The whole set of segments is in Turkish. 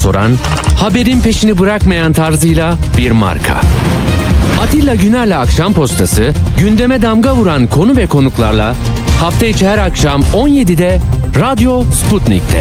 soran, haberin peşini bırakmayan tarzıyla bir marka. Atilla Güner'le Akşam Postası, gündeme damga vuran konu ve konuklarla hafta içi her akşam 17'de Radyo Sputnik'te.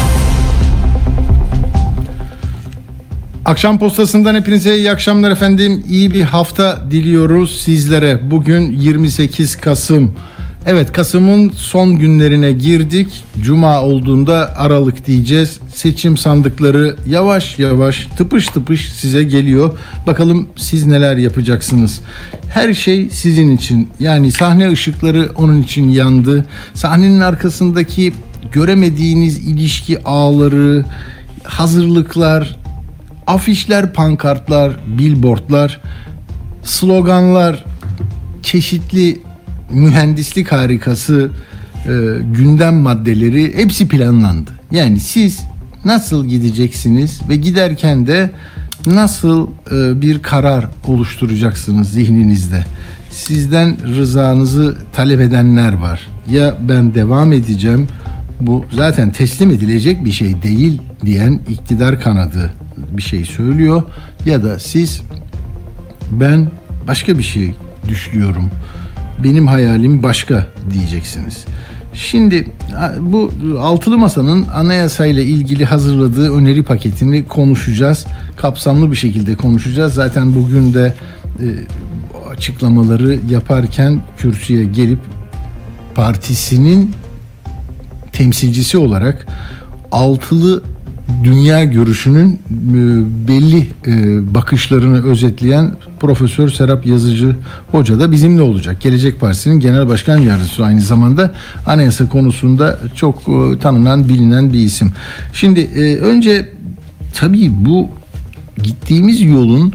Akşam Postası'ndan hepinize iyi akşamlar efendim. İyi bir hafta diliyoruz sizlere. Bugün 28 Kasım. Evet, Kasım'ın son günlerine girdik. Cuma olduğunda Aralık diyeceğiz. Seçim sandıkları yavaş yavaş tıpış tıpış size geliyor. Bakalım siz neler yapacaksınız? Her şey sizin için. Yani sahne ışıkları onun için yandı. Sahnenin arkasındaki göremediğiniz ilişki ağları, hazırlıklar, afişler, pankartlar, billboardlar, sloganlar, çeşitli mühendislik harikası, gündem maddeleri hepsi planlandı. Yani siz nasıl gideceksiniz ve giderken de nasıl bir karar oluşturacaksınız zihninizde? Sizden rızanızı talep edenler var. Ya ben devam edeceğim, bu zaten teslim edilecek bir şey değil diyen iktidar kanadı bir şey söylüyor, ya da siz ben başka bir şey düşünüyorum, benim hayalim başka diyeceksiniz. Şimdi bu altılı masanın anayasayla ilgili hazırladığı öneri paketini konuşacağız. Kapsamlı bir şekilde konuşacağız. Zaten bugün de açıklamaları yaparken kürsüye gelip partisinin temsilcisi olarak altılı dünya görüşünün belli bakışlarını özetleyen Profesör Serap Yazıcı Hoca da bizimle olacak. Gelecek Partisi'nin Genel Başkan Yardımcısı, aynı zamanda anayasa konusunda çok tanınan, bilinen bir isim. Şimdi önce tabii bu gittiğimiz yolun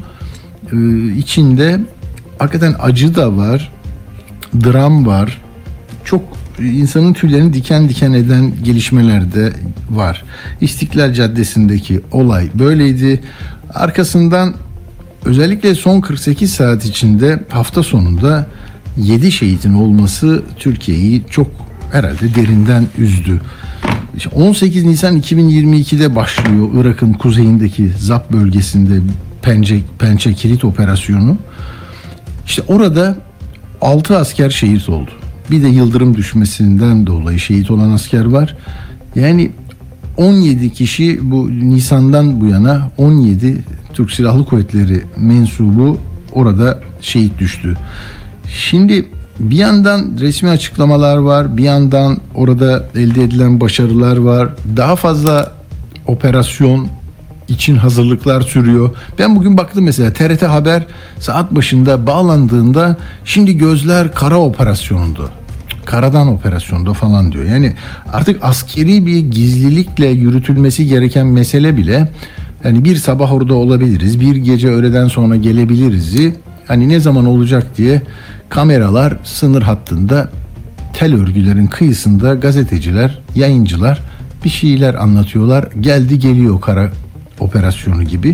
içinde hakikaten acı da var, dram var, çok insanın tüylerini diken diken eden gelişmeler de var. İstiklal Caddesi'ndeki olay böyleydi. Arkasından özellikle son 48 saat içinde hafta sonunda 7 şehitin olması Türkiye'yi çok herhalde derinden üzdü. 18 Nisan 2022'de başlıyor Irak'ın kuzeyindeki ZAP bölgesinde Pençe Kilit Operasyonu. İşte orada 6 asker şehit oldu. Bir de yıldırım düşmesinden dolayı şehit olan asker var. Yani 17 kişi bu Nisan'dan bu yana 17 Türk Silahlı Kuvvetleri mensubu orada şehit düştü. Şimdi bir yandan resmi açıklamalar var, bir yandan orada elde edilen başarılar var. Daha fazla operasyon için hazırlıklar sürüyor. Ben bugün baktım mesela TRT Haber saat başında bağlandığında şimdi gözler kara operasyonunda, karadan operasyonda falan diyor. Yani artık askeri bir gizlilikle yürütülmesi gereken mesele bile, hani bir sabah orada olabiliriz, bir gece öğleden sonra gelebiliriz'i hani ne zaman olacak diye kameralar sınır hattında, tel örgülerin kıyısında gazeteciler, yayıncılar bir şeyler anlatıyorlar. Geldi geliyor kara operasyonu gibi.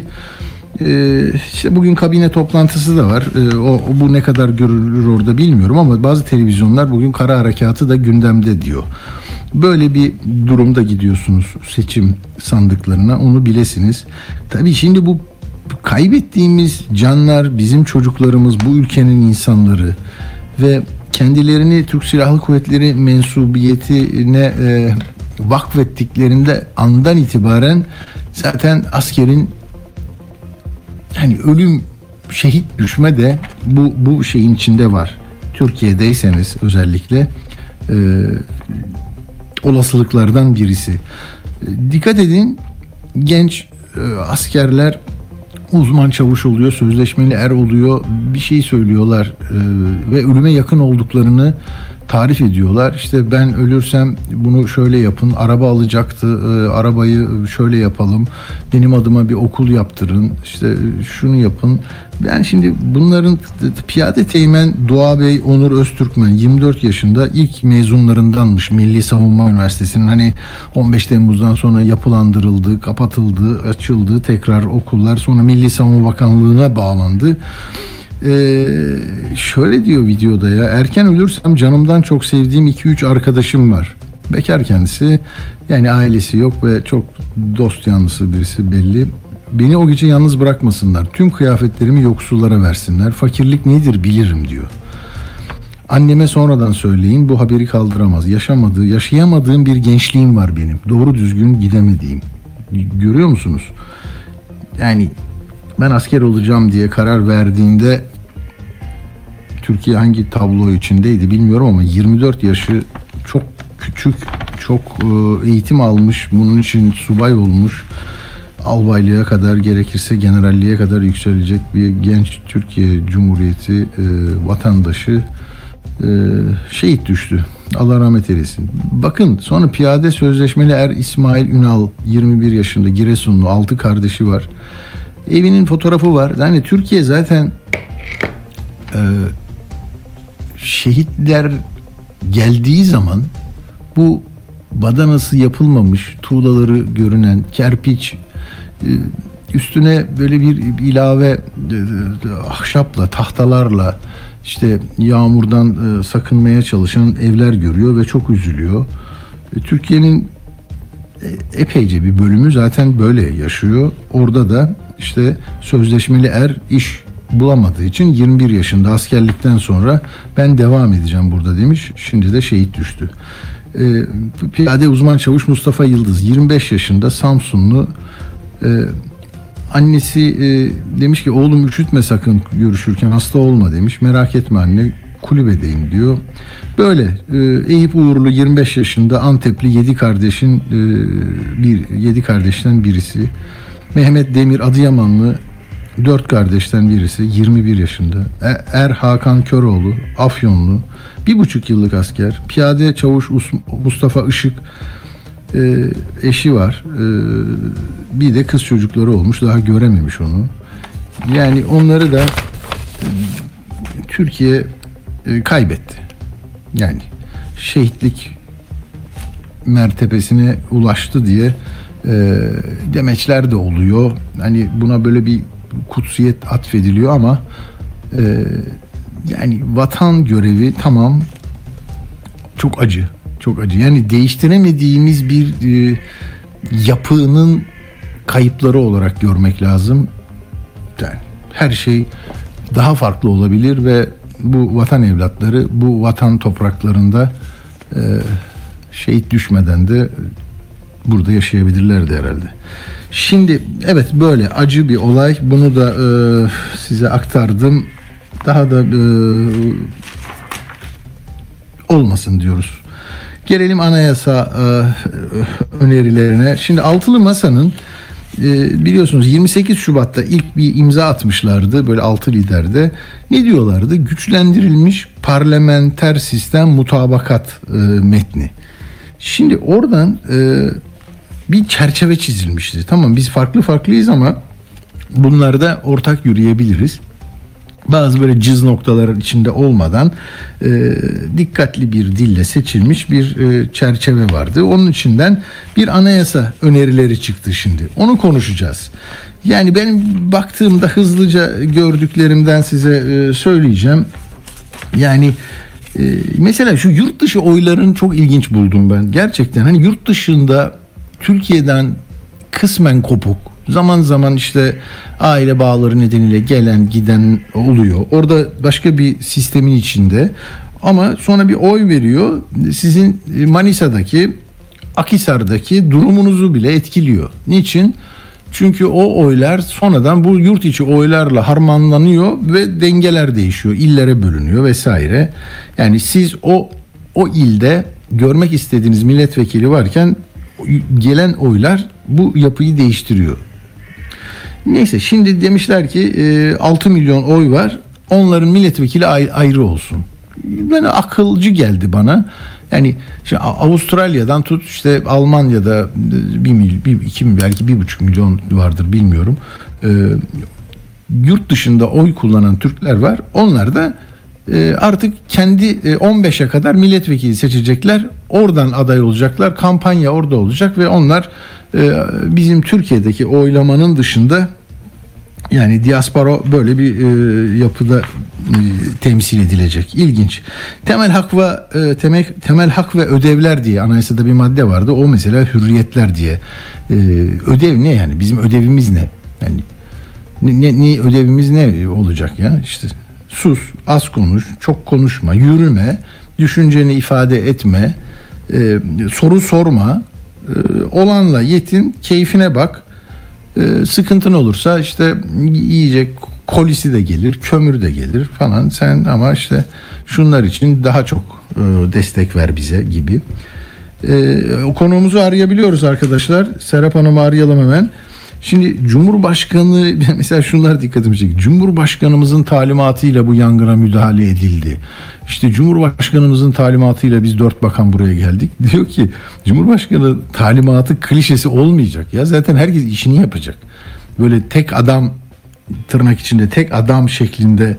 İşte bugün kabine toplantısı da var. Bu ne kadar görülür orada bilmiyorum ama bazı televizyonlar bugün kara harekatı da gündemde diyor. Böyle bir durumda gidiyorsunuz seçim sandıklarına, onu bilesiniz. Tabii şimdi bu kaybettiğimiz canlar bizim çocuklarımız, bu ülkenin insanları ve kendilerini Türk Silahlı Kuvvetleri mensubiyetine vakfettiklerinde andan itibaren zaten askerin hani ölüm, şehit düşme de bu şeyin içinde var. Türkiye'deyseniz özellikle olasılıklardan birisi. Dikkat edin, genç askerler uzman çavuş oluyor, sözleşmeli er oluyor, bir şey söylüyorlar ve ölüme yakın olduklarını tarif ediyorlar. İşte ben ölürsem bunu şöyle yapın, araba alacaktı, arabayı şöyle yapalım, benim adıma bir okul yaptırın, işte şunu yapın. Ben şimdi bunların Piyade Teğmen Doğa Bey Onur Öztürkmen 24 yaşında, ilk mezunlarındanmış Milli Savunma Üniversitesi'nin. Hani 15 Temmuz'dan sonra yapılandırıldı, kapatıldı, açıldı tekrar okullar, sonra Milli Savunma Bakanlığı'na bağlandı. Şöyle diyor videoda, ya erken ölürsem canımdan çok sevdiğim 2-3 arkadaşım var. Bekar kendisi. Yani ailesi yok ve çok dost yanlısı birisi belli. Beni o gece yalnız bırakmasınlar. Tüm kıyafetlerimi yoksullara versinler. Fakirlik nedir bilirim diyor. Anneme sonradan söyleyin, bu haberi kaldıramaz. Yaşayamadığım bir gençliğim var benim. Doğru düzgün gidemediğim. Görüyor musunuz? Yani ben asker olacağım diye karar verdiğinde Türkiye hangi tablo içindeydi bilmiyorum ama 24 yaşı, çok küçük, çok eğitim almış, bunun için subay olmuş, albaylığa kadar, gerekirse generalliğe kadar yükselecek bir genç Türkiye Cumhuriyeti vatandaşı şehit düştü. Allah rahmet eylesin. Bakın, sonra piyade sözleşmeli er İsmail Ünal, 21 yaşında, Giresunlu, 6 kardeşi var. Evinin fotoğrafı var. Yani Türkiye zaten şehitler geldiği zaman bu badanası yapılmamış, tuğlaları görünen kerpiç, üstüne böyle bir ilave ahşapla, tahtalarla işte yağmurdan sakınmaya çalışan evler görüyor ve çok üzülüyor. Türkiye'nin epeyce bir bölümü zaten böyle yaşıyor. Orada da işte sözleşmeli er iş bulamadığı için 21 yaşında askerlikten sonra ben devam edeceğim burada demiş. Şimdi de şehit düştü. Piyade uzman çavuş Mustafa Yıldız, 25 yaşında, Samsunlu. Annesi demiş ki oğlum üşütme sakın görüşürken, hasta olma demiş. Merak etme anne, kulübedeyim diyor. Böyle Eyüp Uğurlu, 25 yaşında, Antepli, 7 kardeşten birisi. Mehmet Demir, Adıyamanlı, 4 kardeşten birisi, 21 yaşında. Hakan Köroğlu, Afyonlu, 1,5 yıllık asker. Piyade çavuş Mustafa Işık, eşi var. Bir de kız çocukları olmuş, daha görememiş onu. Yani onları da Türkiye kaybetti. Yani şehitlik mertebesine ulaştı diye demeçler de oluyor. Hani buna böyle bir kutsiyet atfediliyor ama yani vatan görevi tamam, çok acı. Çok acı. Yani değiştiremediğimiz bir yapının kayıpları olarak görmek lazım. Yani her şey daha farklı olabilir ve bu vatan evlatları bu vatan topraklarında şehit düşmeden de burada yaşayabilirlerdi herhalde. Şimdi evet, böyle acı bir olay. Bunu da size aktardım. Daha da olmasın diyoruz. Gelelim anayasa önerilerine. Şimdi Altılı Masa'nın biliyorsunuz 28 Şubat'ta ilk bir imza atmışlardı böyle 6 liderde. Ne diyorlardı? Güçlendirilmiş parlamenter sistem mutabakat metni. Şimdi oradan bir çerçeve çizilmişti. Tamam, biz farklıyız ama bunlarda ortak yürüyebiliriz. Bazı böyle cız noktalar içinde olmadan dikkatli bir dille seçilmiş bir çerçeve vardı. Onun içinden bir anayasa önerileri çıktı şimdi. Onu konuşacağız. Yani benim baktığımda hızlıca gördüklerimden size söyleyeceğim. Yani mesela şu yurt dışı oylarını çok ilginç buldum ben. Gerçekten hani yurt dışında Türkiye'den kısmen kopuk, zaman zaman işte aile bağları nedeniyle gelen giden oluyor. Orada başka bir sistemin içinde ama sonra bir oy veriyor. Sizin Manisa'daki, Akhisar'daki durumunuzu bile etkiliyor. Niçin? Çünkü o oylar sonradan bu yurt içi oylarla harmanlanıyor ve dengeler değişiyor. İllere bölünüyor vesaire. Yani siz o ilde görmek istediğiniz milletvekili varken gelen oylar bu yapıyı değiştiriyor. Neyse, şimdi demişler ki 6 milyon oy var. Onların milletvekili ayrı olsun. Yani akılcı geldi bana. Yani işte Avustralya'dan tut işte Almanya'da 2 belki 1,5 milyon vardır, bilmiyorum. Yurt dışında oy kullanan Türkler var. Onlar da artık kendi 15'e kadar milletvekili seçecekler. Oradan aday olacaklar. Kampanya orada olacak ve onlar bizim Türkiye'deki oylamanın dışında Yani diaspora böyle bir yapıda temsil edilecek. İlginç. Temel hak ve temel hak ve ödevler diye anayasada bir madde vardı. O mesela hürriyetler diye. Ödev ne yani? Bizim ödevimiz ne? Yani ne ödevimiz ne olacak ya? İşte sus, az konuş, çok konuşma, yürüme, düşünceni ifade etme, soru sorma, olanla yetin, keyfine bak. Sıkıntın olursa işte yiyecek kolisi de gelir, kömür de gelir falan. Sen ama işte şunlar için daha çok destek ver bize gibi. O konuğumuzu arayabiliyoruz arkadaşlar. Serap Hanım'ı arayalım hemen. Şimdi Cumhurbaşkanı mesela şunlar dikkatimi çekiyor. Cumhurbaşkanımızın talimatıyla bu yangına müdahale edildi. İşte Cumhurbaşkanımızın talimatıyla biz 4 bakan buraya geldik. Diyor ki Cumhurbaşkanı talimatı klişesi olmayacak. Ya zaten herkes işini yapacak. Böyle tek adam tırnak içinde tek adam şeklinde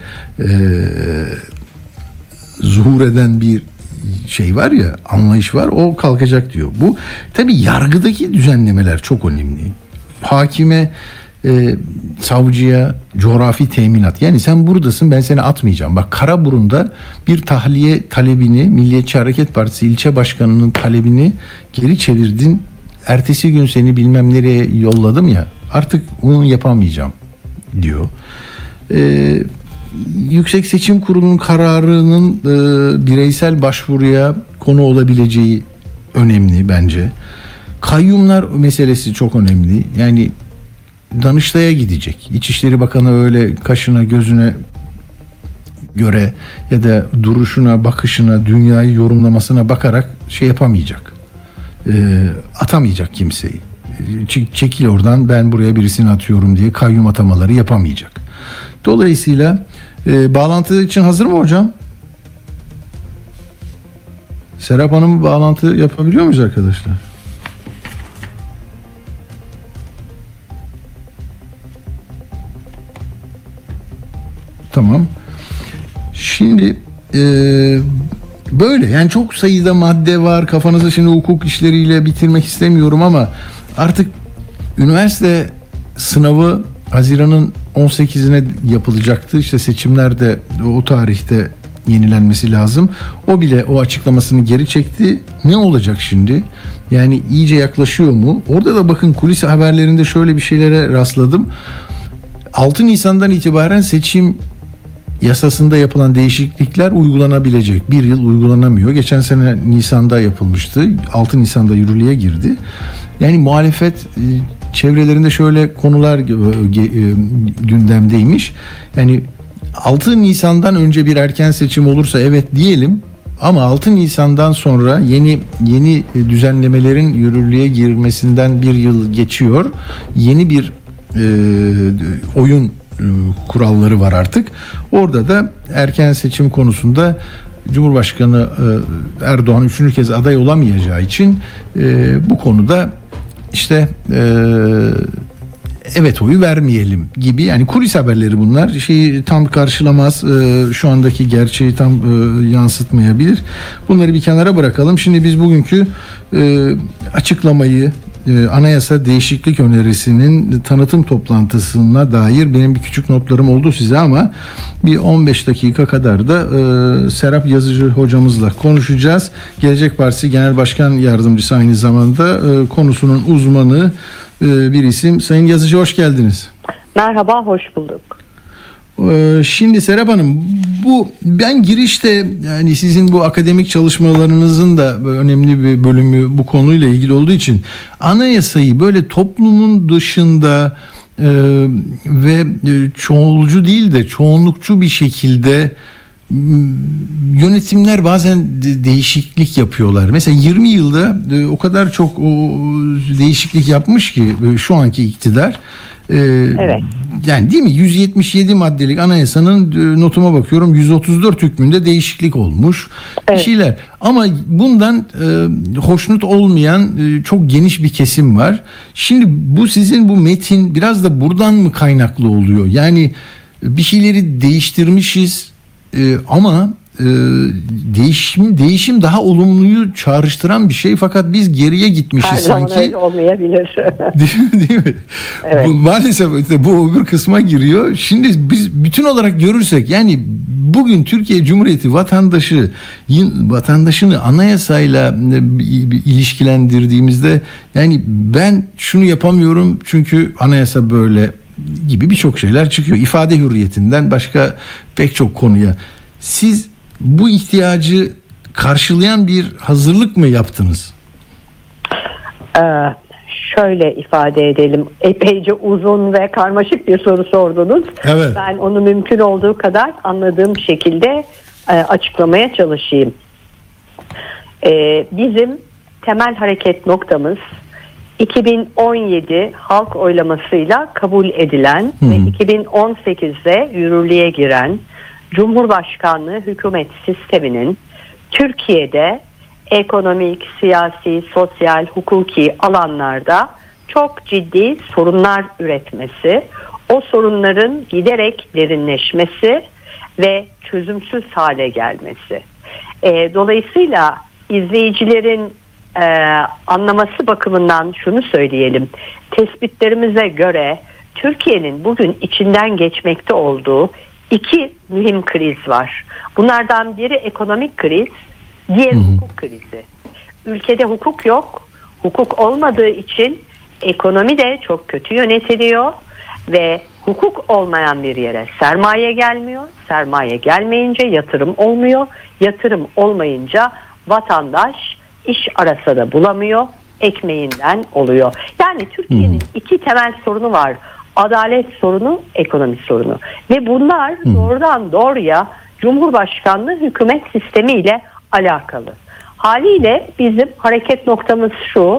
zuhur eden bir şey var ya, anlayış var, o kalkacak diyor. Bu tabii yargıdaki düzenlemeler çok önemli. Hakime, savcıya coğrafi teminat. Yani sen buradasın, ben seni atmayacağım. Bak Karaburun'da bir tahliye talebini Milliyetçi Hareket Partisi ilçe başkanının talebini geri çevirdin. Ertesi gün seni bilmem nereye yolladım ya, artık onu yapamayacağım diyor. Yüksek Seçim Kurulu'nun kararının bireysel başvuruya konu olabileceği önemli bence. Kayyumlar meselesi çok önemli. Yani Danıştay'a gidecek. İçişleri Bakanı öyle kaşına gözüne göre ya da duruşuna, bakışına, dünyayı yorumlamasına bakarak şey yapamayacak. Atamayacak kimseyi. Çekil oradan, ben buraya birisini atıyorum diye kayyum atamaları yapamayacak. Dolayısıyla bağlantı için hazır mı hocam? Serap Hanım bağlantı yapabiliyor muyuz arkadaşlar? Tamam. Şimdi böyle yani çok sayıda madde var. Kafanızı şimdi hukuk işleriyle bitirmek istemiyorum ama artık üniversite sınavı Haziran'ın 18'ine yapılacaktı. İşte seçimler de o tarihte yenilenmesi lazım. O bile o açıklamasını geri çekti. Ne olacak şimdi? Yani iyice yaklaşıyor mu? Orada da bakın kulis haberlerinde şöyle bir şeylere rastladım. 6 Nisan'dan itibaren seçim yasasında yapılan değişiklikler uygulanabilecek. Bir yıl uygulanamıyor. Geçen sene Nisan'da yapılmıştı. 6 Nisan'da yürürlüğe girdi. Yani muhalefet çevrelerinde şöyle konular gündemdeymiş. Yani 6 Nisan'dan önce bir erken seçim olursa evet diyelim, ama 6 Nisan'dan sonra yeni düzenlemelerin yürürlüğe girmesinden bir yıl geçiyor. Yeni bir oyun kuralları var artık. Orada da erken seçim konusunda Cumhurbaşkanı Erdoğan 3. kez aday olamayacağı için bu konuda işte evet oyu vermeyelim gibi, yani kulis haberleri bunlar. Şeyi tam karşılamaz, şu andaki gerçeği tam yansıtmayabilir. Bunları bir kenara bırakalım. Şimdi biz bugünkü açıklamayı, anayasa değişiklik önerisinin tanıtım toplantısına dair benim bir küçük notlarım oldu size, ama bir 15 dakika kadar da Serap Yazıcı hocamızla konuşacağız. Gelecek Partisi Genel Başkan Yardımcısı, aynı zamanda konusunun uzmanı bir isim. Sayın Yazıcı, hoş geldiniz. Merhaba, hoş bulduk. Şimdi Serap Hanım, ben girişte, yani sizin bu akademik çalışmalarınızın da önemli bir bölümü bu konuyla ilgili olduğu için anayasayı böyle toplumun dışında ve çoğulcu değil de çoğunlukçu bir şekilde yönetimler bazen değişiklik yapıyorlar. Mesela 20 yılda o kadar çok değişiklik yapmış ki şu anki iktidar. Evet. Yani değil mi? 177 maddelik anayasanın, notuma bakıyorum, 134 hükmünde değişiklik olmuş. Evet. Bir şeyler. Ama bundan hoşnut olmayan çok geniş bir kesim var. Şimdi bu sizin bu metin biraz da buradan mı kaynaklı oluyor? Yani bir şeyleri değiştirmişiz ama değişim daha olumluyu çağrıştıran bir şey, fakat biz geriye gitmişiz Her zaman sanki. öyle olmayabilir. Değil mi? Evet. Maalesef işte bu öbür kısma giriyor. Şimdi biz bütün olarak görürsek, yani bugün Türkiye Cumhuriyeti vatandaşını anayasayla ilişkilendirdiğimizde, yani ben şunu yapamıyorum çünkü anayasa böyle gibi birçok şeyler çıkıyor. İfade hürriyetinden başka pek çok konuya. Siz bu ihtiyacı karşılayan bir hazırlık mı yaptınız? Şöyle ifade edelim. Epeyce uzun ve karmaşık bir soru sordunuz. Evet. Ben onu mümkün olduğu kadar anladığım şekilde açıklamaya çalışayım. Bizim temel hareket noktamız 2017 halk oylamasıyla kabul edilen ve 2018'de yürürlüğe giren Cumhurbaşkanlığı hükümet sisteminin Türkiye'de ekonomik, siyasi, sosyal, hukuki alanlarda çok ciddi sorunlar üretmesi, o sorunların giderek derinleşmesi ve çözümsüz hale gelmesi. Dolayısıyla izleyicilerin anlaması bakımından şunu söyleyelim. Tespitlerimize göre Türkiye'nin bugün içinden geçmekte olduğu iki mühim kriz var. Bunlardan biri ekonomik kriz, diğeri hukuk krizi. Ülkede hukuk yok. Hukuk olmadığı için ekonomi de çok kötü yönetiliyor ve hukuk olmayan bir yere sermaye gelmiyor. Sermaye gelmeyince yatırım olmuyor. Yatırım olmayınca vatandaş iş arasa da bulamıyor. Ekmeğinden oluyor. Yani Türkiye'nin iki temel sorunu var. Adalet sorunu, ekonomi sorunu. Ve bunlar doğrudan doğruya Cumhurbaşkanlığı hükümet sistemiyle alakalı. Haliyle bizim hareket noktamız şu: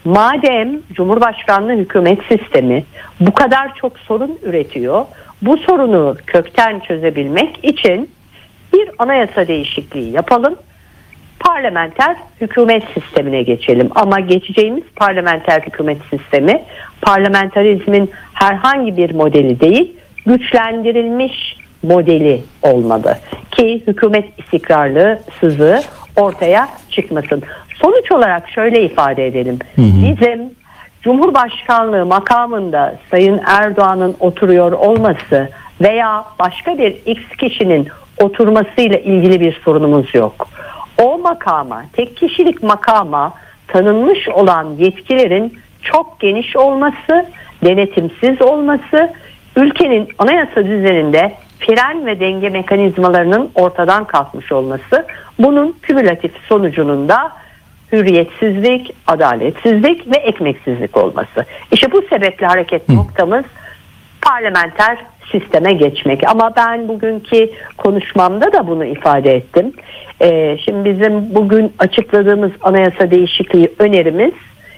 madem Cumhurbaşkanlığı hükümet sistemi bu kadar çok sorun üretiyor, bu sorunu kökten çözebilmek için bir anayasa değişikliği yapalım. Parlamenter hükümet sistemine geçelim. Ama geçeceğimiz parlamenter hükümet sistemi parlamenterizmin herhangi bir modeli değil, güçlendirilmiş modeli olmalı ki hükümet istikrarlısızlığı ortaya çıkmasın. Sonuç olarak şöyle ifade edelim. Bizim Cumhurbaşkanlığı makamında Sayın Erdoğan'ın oturuyor olması veya başka bir X kişinin oturmasıyla ilgili bir sorunumuz yok. O makama, tek kişilik makama tanınmış olan yetkilerin çok geniş olması, denetimsiz olması, ülkenin anayasa düzeninde fren ve denge mekanizmalarının ortadan kalkmış olması, bunun kümülatif sonucunun da hürriyetsizlik, adaletsizlik ve ekmeksizlik olması. İşte bu sebeple hareket noktamız parlamenter sisteme geçmek. Ama ben bugünkü konuşmamda da bunu ifade ettim. Şimdi bizim bugün açıkladığımız anayasa değişikliği önerimiz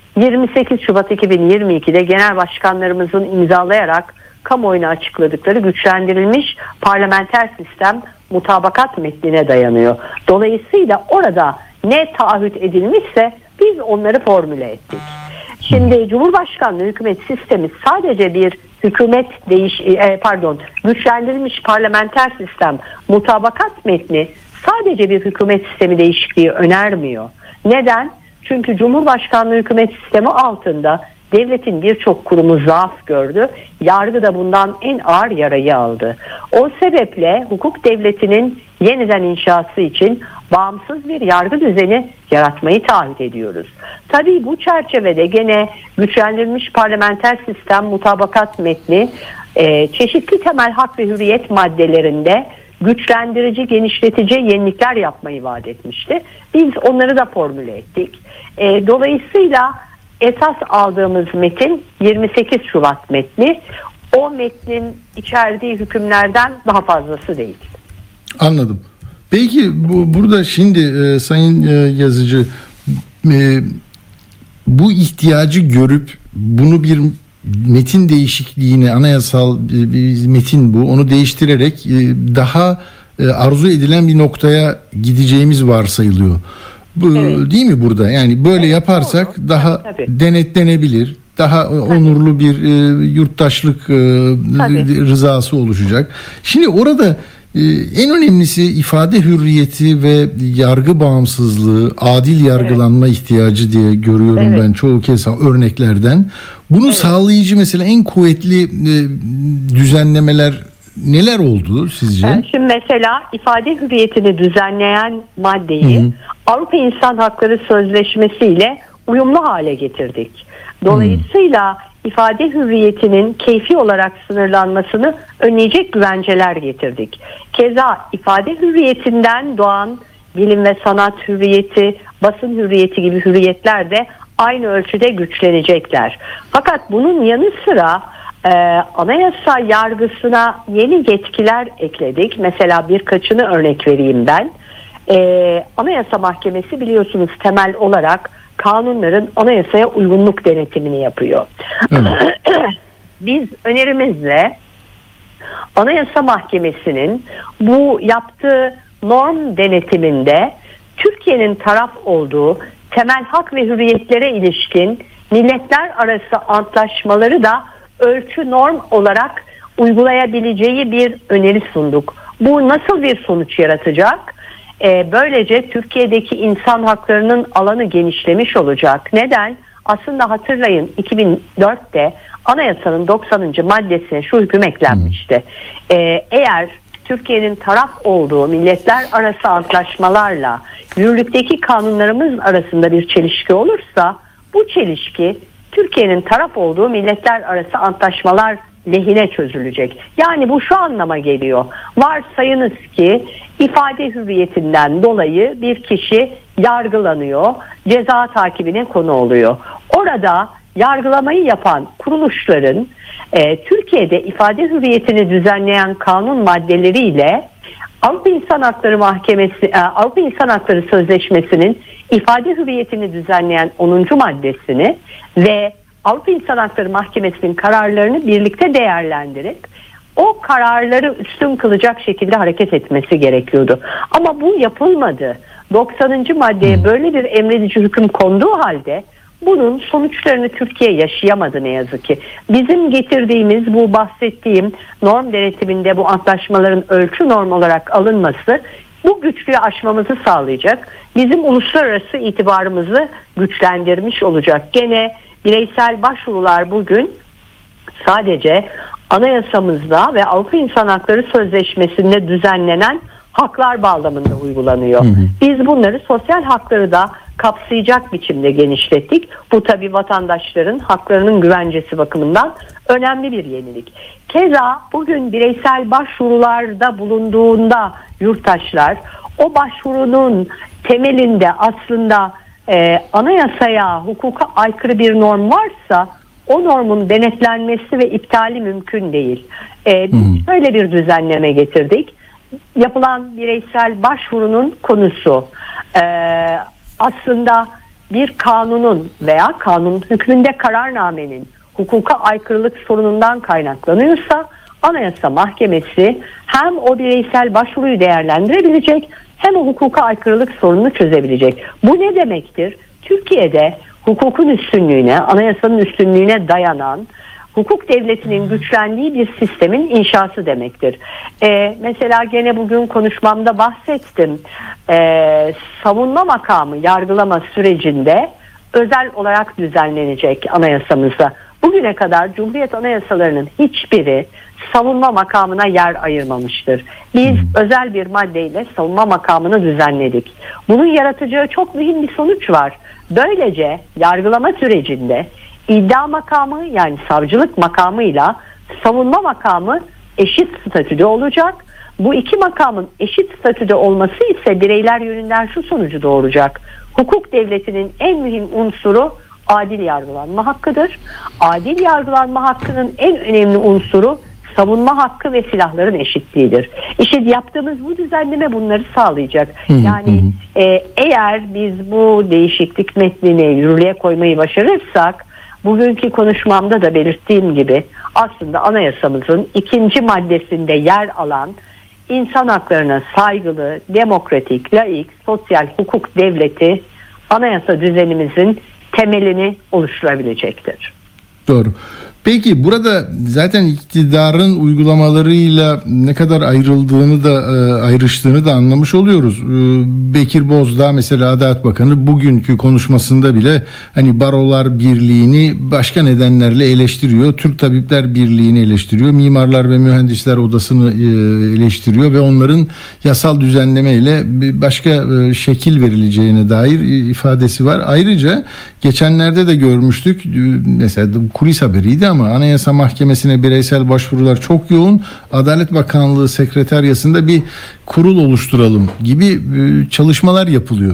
28 Şubat 2022'de genel başkanlarımızın imzalayarak kamuoyuna açıkladıkları güçlendirilmiş parlamenter sistem mutabakat metnine dayanıyor. Dolayısıyla orada ne taahhüt edilmişse biz onları formüle ettik. Şimdi Cumhurbaşkanlığı hükümet sistemi sadece bir güçlendirilmiş parlamenter sistem mutabakat metni sadece bir hükümet sistemi değişikliği önermiyor. Neden? Çünkü Cumhurbaşkanlığı hükümet sistemi altında devletin birçok kurumu zaaf gördü. Yargı da bundan en ağır yarayı aldı. O sebeple hukuk devletinin yeniden inşası için bağımsız bir yargı düzeni yaratmayı taahhüt ediyoruz. Tabii bu çerçevede gene güçlendirilmiş parlamenter sistem mutabakat metni çeşitli temel hak ve hürriyet maddelerinde güçlendirici, genişletici yenilikler yapmayı vaat etmişti. Biz onları da formüle ettik. Dolayısıyla esas aldığımız metin 28 Şubat metni. O metnin içerdiği hükümlerden daha fazlası değil. Anladım. Peki burada şimdi Sayın Yazıcı bu ihtiyacı görüp bunu bir metin değişikliğine, anayasal bir metin bu, onu değiştirerek daha arzu edilen bir noktaya gideceğimiz varsayılıyor. Evet. Değil mi burada? Yani böyle yaparsak doğru, daha denetlenebilir, daha onurlu bir yurttaşlık rızası oluşacak. Şimdi orada En önemlisi ifade hürriyeti ve yargı bağımsızlığı, adil yargılanma ihtiyacı diye görüyorum ben çoğu kez örneklerden. Bunu sağlayıcı mesela en kuvvetli düzenlemeler neler oldu sizce? Şimdi mesela ifade hürriyetini düzenleyen maddeyi Avrupa İnsan Hakları Sözleşmesi ile uyumlu hale getirdik. Dolayısıyla ifade hürriyetinin keyfi olarak sınırlanmasını önleyecek güvenceler getirdik. Keza ifade hürriyetinden doğan bilim ve sanat hürriyeti, basın hürriyeti gibi hürriyetler de aynı ölçüde güçlenecekler. Fakat bunun yanı sıra anayasa yargısına yeni yetkiler ekledik. Mesela birkaçını örnek vereyim ben. Anayasa Mahkemesi biliyorsunuz temel olarak kanunların anayasaya uygunluk denetimini yapıyor. Biz önerimizle Anayasa Mahkemesi'nin bu yaptığı norm denetiminde Türkiye'nin taraf olduğu temel hak ve hürriyetlere ilişkin milletler arası antlaşmaları da ölçü norm olarak uygulayabileceği bir öneri sunduk. Bu nasıl bir sonuç yaratacak? Böylece Türkiye'deki insan haklarının alanı genişlemiş olacak. Neden? Aslında hatırlayın 2004'te anayasanın 90. maddesine şu hüküm eklenmişti. Eğer Türkiye'nin taraf olduğu milletler arası antlaşmalarla yürürlükteki kanunlarımız arasında bir çelişki olursa bu çelişki Türkiye'nin taraf olduğu milletler arası antlaşmalar lehine çözülecek. Yani bu şu anlama geliyor. Varsayınız ki ifade hürriyetinden dolayı bir kişi yargılanıyor, ceza takibine konu oluyor. Orada yargılamayı yapan kuruluşların Türkiye'de ifade hürriyetini düzenleyen kanun maddeleriyle Avrupa İnsan Hakları Mahkemesi, Avrupa İnsan Hakları Sözleşmesi'nin ifade hürriyetini düzenleyen 10. maddesini ve Avrupa İnsan Hakları Mahkemesi'nin kararlarını birlikte değerlendirip o kararları üstün kılacak şekilde hareket etmesi gerekiyordu. Ama bu yapılmadı. 90. maddeye böyle bir emredici hüküm konduğu halde bunun sonuçlarını Türkiye yaşayamadı ne yazık ki. Bizim getirdiğimiz bu bahsettiğim norm denetiminde bu antlaşmaların ölçü norm olarak alınması bu güçlüğü aşmamızı sağlayacak. Bizim uluslararası itibarımızı güçlendirmiş olacak. Gene bireysel başvurular bugün sadece anayasamızda ve Avrupa İnsan Hakları Sözleşmesi'nde düzenlenen haklar bağlamında uygulanıyor. Biz bunları sosyal hakları da kapsayacak biçimde genişlettik. Bu tabii vatandaşların haklarının güvencesi bakımından önemli bir yenilik. Keza bugün bireysel başvurularda bulunduğunda yurttaşlar o başvurunun temelinde aslında anayasaya, hukuka aykırı bir norm varsa o normun denetlenmesi ve iptali mümkün değil. Biz böyle bir düzenleme getirdik. Yapılan bireysel başvurunun konusu aslında bir kanunun veya kanun hükmünde kararnamenin hukuka aykırılık sorunundan kaynaklanıyorsa Anayasa Mahkemesi hem o bireysel başvuruyu değerlendirebilecek hem o hukuka aykırılık sorununu çözebilecek. Bu ne demektir? Türkiye'de hukukun üstünlüğüne, anayasanın üstünlüğüne dayanan hukuk devletinin güçlendiği bir sistemin inşası demektir. Mesela gene bugün konuşmamda bahsettim. Savunma makamı yargılama sürecinde özel olarak düzenlenecek anayasamızda. Bugüne kadar Cumhuriyet anayasalarının hiçbiri savunma makamına yer ayırmamıştır. Biz özel bir maddeyle savunma makamını düzenledik. Bunun yaratacağı çok mühim bir sonuç var. Böylece yargılama sürecinde iddia makamı yani savcılık makamıyla savunma makamı eşit statüde olacak. Bu iki makamın eşit statüde olması ise bireyler yönünden şu sonucu doğuracak. Hukuk devletinin en mühim unsuru adil yargılanma hakkıdır. Adil yargılanma hakkının en önemli unsuru savunma hakkı ve silahların eşitliğidir. İşte yaptığımız bu düzenleme bunları sağlayacak. Yani eğer biz bu değişiklik metnini yürürlüğe koymayı başarırsak bugünkü konuşmamda da belirttiğim gibi aslında anayasamızın 2. maddesinde yer alan insan haklarına saygılı, demokratik, laik, sosyal hukuk devleti anayasa düzenimizin temelini oluşturabilecektir. Doğru. Peki burada zaten iktidarın uygulamalarıyla ne kadar ayrıldığını da ayrıştığını da anlamış oluyoruz. Bekir Bozdağ mesela Adalet Bakanı bugünkü konuşmasında bile hani Barolar Birliği'ni başka nedenlerle eleştiriyor. Türk Tabipler Birliği'ni eleştiriyor. Mimarlar ve Mühendisler Odası'nı eleştiriyor ve onların yasal düzenlemeyle başka şekil verileceğine dair ifadesi var. Ayrıca geçenlerde de görmüştük. Mesela kulis haberiydi ama Anayasa Mahkemesi'ne bireysel başvurular çok yoğun. Adalet Bakanlığı Sekreteryası'nda bir kurul oluşturalım gibi çalışmalar yapılıyor.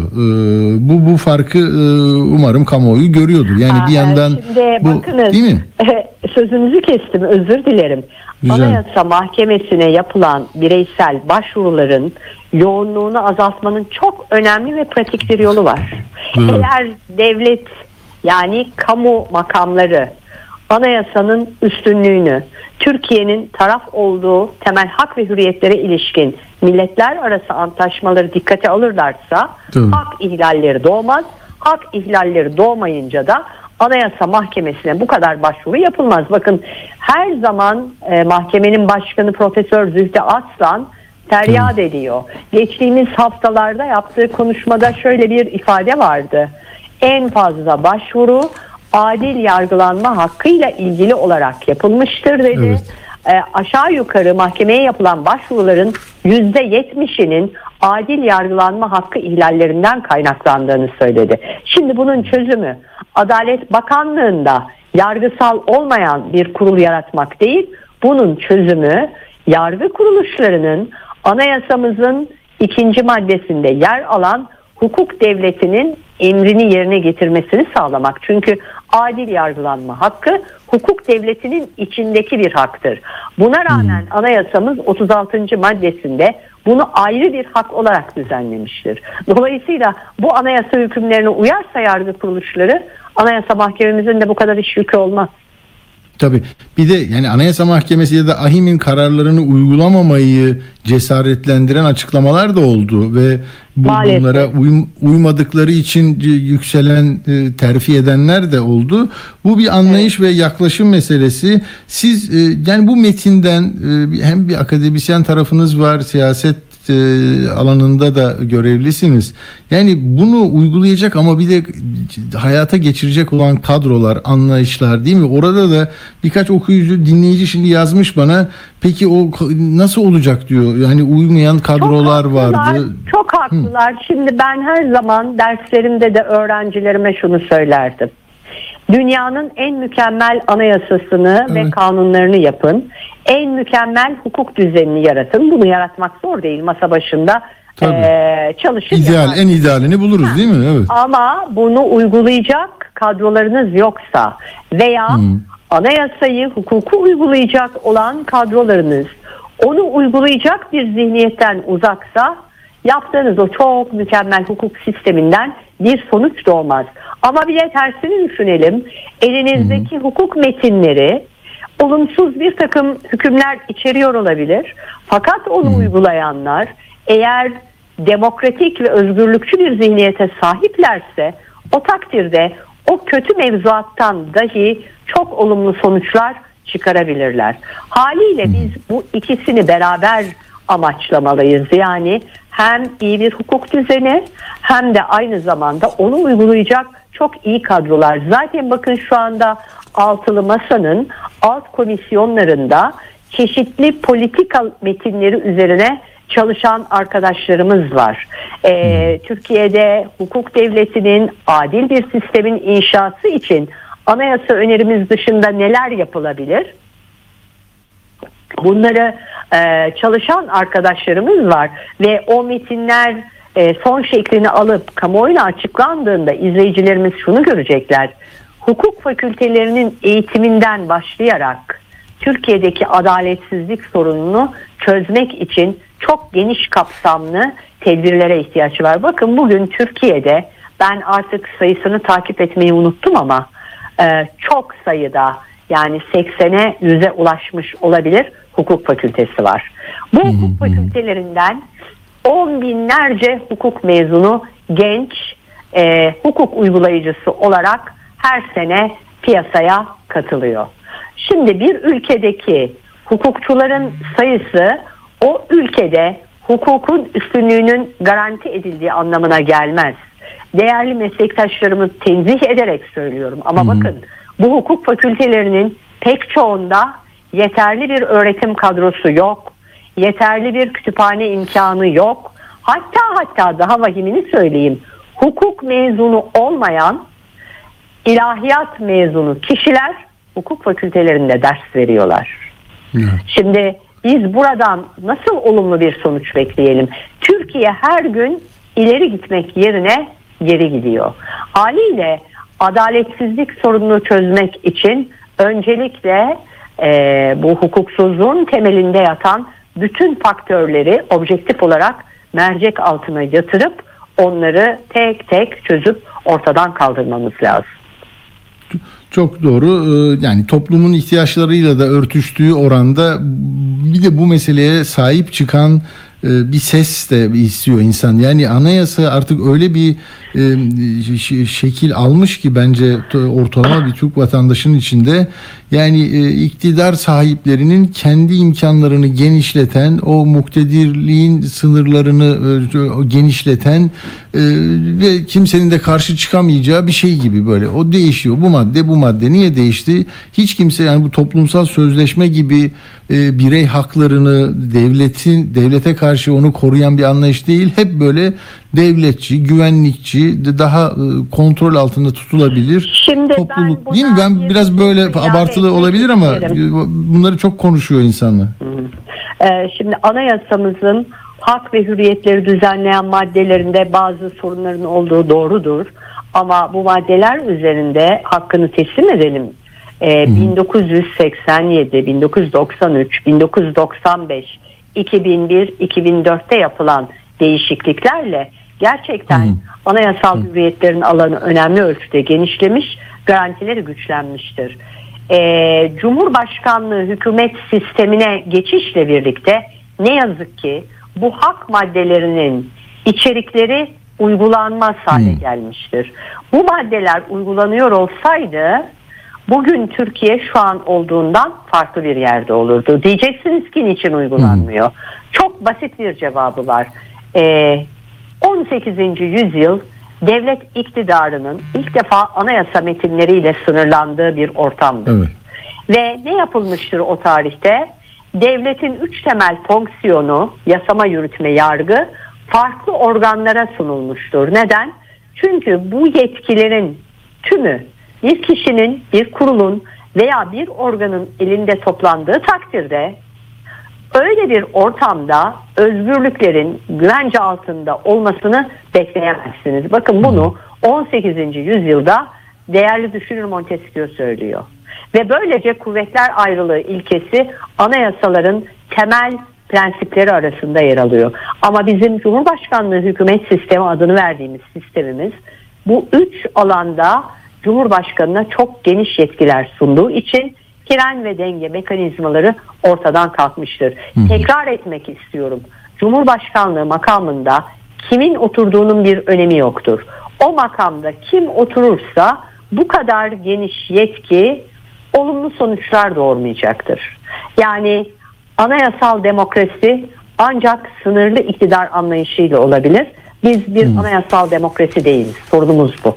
Bu farkı umarım kamuoyu görüyordur. Yani bir yandan şimdi bu bakınız, değil mi? Sözünüzü kestim, özür dilerim. Güzel. Anayasa Mahkemesi'ne yapılan bireysel başvuruların yoğunluğunu azaltmanın çok önemli ve pratik bir yolu var. Evet. Eğer devlet, yani kamu makamları anayasanın üstünlüğünü, Türkiye'nin taraf olduğu temel hak ve hürriyetlere ilişkin milletler arası antlaşmaları dikkate alırlarsa Tabii. hak ihlalleri doğmaz. Hak ihlalleri doğmayınca da Anayasa Mahkemesi'ne bu kadar başvuru yapılmaz. Bakın her zaman mahkemenin başkanı Profesör Zühtü Aslan feryat ediyor. Geçtiğimiz haftalarda yaptığı konuşmada şöyle bir ifade vardı. En fazla başvuru adil yargılanma hakkıyla ilgili olarak yapılmıştır dedi. Evet. Aşağı yukarı mahkemeye yapılan başvuruların %70'inin adil yargılanma hakkı ihlallerinden kaynaklandığını söyledi. Şimdi bunun çözümü Adalet Bakanlığı'nda yargısal olmayan bir kurul yaratmak değil, bunun çözümü yargı kuruluşlarının anayasamızın 2. maddesinde yer alan hukuk devletinin emrini yerine getirmesini sağlamak. Çünkü adil yargılanma hakkı hukuk devletinin içindeki bir haktır. Buna rağmen anayasamız 36. maddesinde bunu ayrı bir hak olarak düzenlemiştir. Dolayısıyla bu anayasa hükümlerine uyarsa yargı kuruluşları, Anayasa Mahkememizin de bu kadar iş yükü olmaz. Tabii. Bir de yani Anayasa Mahkemesi ya da AİHM'in kararlarını uygulamamayı cesaretlendiren açıklamalar da oldu ve Maalesef. bunlara uymadıkları için yükselen, terfi edenler de oldu. Bu bir anlayış ve yaklaşım meselesi. Siz yani bu metinden hem bir akademisyen tarafınız var, siyaset alanında da görevlisiniz. Yani bunu uygulayacak ama bir de hayata geçirecek olan kadrolar, anlayışlar değil mi? Orada da birkaç okuyucu, dinleyici şimdi yazmış bana. Peki o nasıl olacak diyor. Yani uymayan kadrolar vardı. Çok haklılar. Şimdi ben her zaman derslerimde de öğrencilerime şunu söylerdim. Dünyanın en mükemmel anayasasını ve kanunlarını yapın. En mükemmel hukuk düzenini yaratın. Bunu yaratmak zor değil. Masa başında çalışın. En idealini buluruz değil mi? Evet. Ama bunu uygulayacak kadrolarınız yoksa veya anayasayı, hukuku uygulayacak olan kadrolarınız onu uygulayacak bir zihniyetten uzaksa yaptığınız o çok mükemmel hukuk sisteminden bir sonuç doğmaz. Ama bir de tersini düşünelim. Elinizdeki hukuk metinleri olumsuz bir takım hükümler içeriyor olabilir. Fakat onu uygulayanlar eğer demokratik ve özgürlükçü bir zihniyete sahiplerse o takdirde o kötü mevzuattan dahi çok olumlu sonuçlar çıkarabilirler. Haliyle biz bu ikisini beraber amaçlamalıyız. Yani hem iyi bir hukuk düzeni hem de aynı zamanda onu uygulayacak çok iyi kadrolar. Zaten bakın şu anda Altılı Masa'nın alt komisyonlarında çeşitli politika metinleri üzerine çalışan arkadaşlarımız var. Türkiye'de hukuk devletinin adil bir sistemin inşası için anayasa önerimiz dışında neler yapılabilir? Bunları çalışan arkadaşlarımız var ve o metinler son şeklini alıp kamuoyuna açıklandığında izleyicilerimiz şunu görecekler. Hukuk fakültelerinin eğitiminden başlayarak Türkiye'deki adaletsizlik sorununu çözmek için çok geniş kapsamlı tedbirlere ihtiyaç var. Bakın bugün Türkiye'de ben artık sayısını takip etmeyi unuttum ama çok sayıda yani 80'e 100'e ulaşmış olabilir hukuk fakültesi var. Bu hukuk fakültelerinden 10 binlerce hukuk mezunu genç hukuk uygulayıcısı olarak her sene piyasaya katılıyor. Şimdi bir ülkedeki hukukçuların sayısı o ülkede hukukun üstünlüğünün garanti edildiği anlamına gelmez. Değerli meslektaşlarımı tenzih ederek söylüyorum ama bakın, bu hukuk fakültelerinin pek çoğunda yeterli bir öğretim kadrosu yok. Yeterli bir kütüphane imkanı yok. Hatta daha vahimini söyleyeyim. Hukuk mezunu olmayan ilahiyat mezunu kişiler hukuk fakültelerinde ders veriyorlar. Evet. Şimdi biz buradan nasıl olumlu bir sonuç bekleyelim? Türkiye her gün ileri gitmek yerine geri gidiyor. Haliyle adaletsizlik sorununu çözmek için öncelikle bu hukuksuzluğun temelinde yatan bütün faktörleri objektif olarak mercek altına yatırıp onları tek tek çözüp ortadan kaldırmamız lazım. Çok doğru. Yani toplumun ihtiyaçlarıyla da örtüştüğü oranda bir de bu meseleye sahip çıkan bir ses de istiyor insan. Yani anayasa artık öyle bir şekil almış ki bence ortalama bir Türk vatandaşının içinde, yani iktidar sahiplerinin kendi imkanlarını genişleten, o muktedirliğin sınırlarını genişleten ve kimsenin de karşı çıkamayacağı bir şey gibi böyle. O değişiyor. Bu madde niye değişti? Hiç kimse, yani bu toplumsal sözleşme gibi birey haklarını, devlete karşı onu koruyan bir anlayış değil. Hep böyle devletçi, güvenlikçi, daha kontrol altında tutulabilir. Şimdi topluluk. Değil mi? Ben biraz böyle abartılı olabilir ama bunları çok konuşuyor insanlar. Şimdi anayasamızın hak ve hürriyetleri düzenleyen maddelerinde bazı sorunların olduğu doğrudur. Ama bu maddeler üzerinde hakkını teslim edelim. 1987, 1993, 1995, 2001, 2004'te yapılan değişikliklerle gerçekten anayasal hürriyetlerin alanı önemli ölçüde genişlemiş, garantileri güçlenmiştir. Cumhurbaşkanlığı hükümet sistemine geçişle birlikte ne yazık ki bu hak maddelerinin içerikleri uygulanmaz hale gelmiştir. Bu maddeler uygulanıyor olsaydı bugün Türkiye şu an olduğundan farklı bir yerde olurdu. Diyeceksiniz ki niçin uygulanmıyor? Çok basit bir cevabı var. 18. yüzyıl devlet iktidarının ilk defa anayasa metinleriyle sınırlandığı bir ortamdır. Evet. Ve ne yapılmıştır o tarihte? Devletin 3 temel fonksiyonu, yasama, yürütme, yargı, farklı organlara sunulmuştur. Neden? Çünkü bu yetkilerin tümü bir kişinin, bir kurulun veya bir organın elinde toplandığı takdirde öyle bir ortamda özgürlüklerin güvence altında olmasını bekleyemezsiniz. Bakın bunu 18. yüzyılda değerli düşünür Montesquieu söylüyor. Ve böylece kuvvetler ayrılığı ilkesi anayasaların temel prensipleri arasında yer alıyor. Ama bizim Cumhurbaşkanlığı hükümet sistemi adını verdiğimiz sistemimiz bu 3 alanda Cumhurbaşkanına çok geniş yetkiler sunduğu için fren ve denge mekanizmaları ortadan kalkmıştır. Tekrar etmek istiyorum. Cumhurbaşkanlığı makamında kimin oturduğunun bir önemi yoktur. O makamda kim oturursa bu kadar geniş yetki olumlu sonuçlar doğurmayacaktır. Yani anayasal demokrasi ancak sınırlı iktidar anlayışıyla olabilir. Biz bir anayasal demokrasi değiliz. Sorunumuz bu.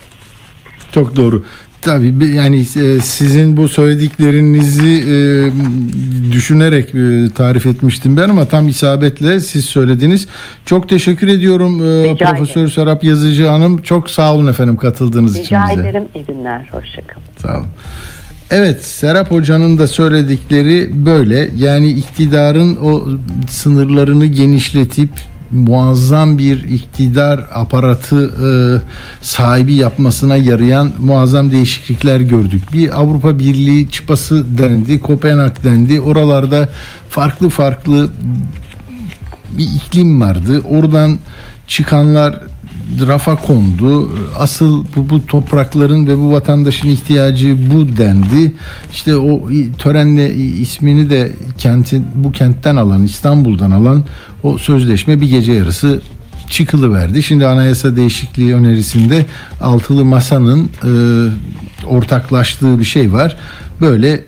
Çok doğru. Tabii yani sizin bu söylediklerinizi düşünerek tarif etmiştim ben ama tam isabetle siz söylediniz. Çok teşekkür ediyorum Profesör Serap Yazıcı Hanım. Çok sağ olun efendim katıldığınız için bize. Rica ederim. İyi günler. Hoşçakalın. Sağ olun. Evet, Serap Hoca'nın da söyledikleri böyle. Yani iktidarın o sınırlarını genişletip muazzam bir iktidar aparatı sahibi yapmasına yarayan muazzam değişiklikler gördük. Bir Avrupa Birliği çıpası dendi, Kopenhag dendi. Oralarda farklı bir iklim vardı. Oradan çıkanlar rafa kondu. Asıl bu toprakların ve bu vatandaşın ihtiyacı bu dendi. İşte o törenle ismini de bu kentten alan, İstanbul'dan alan o sözleşme bir gece yarısı çıkılıverdi. Şimdi anayasa değişikliği önerisinde altılı masanın ortaklaştığı bir şey var. Böyle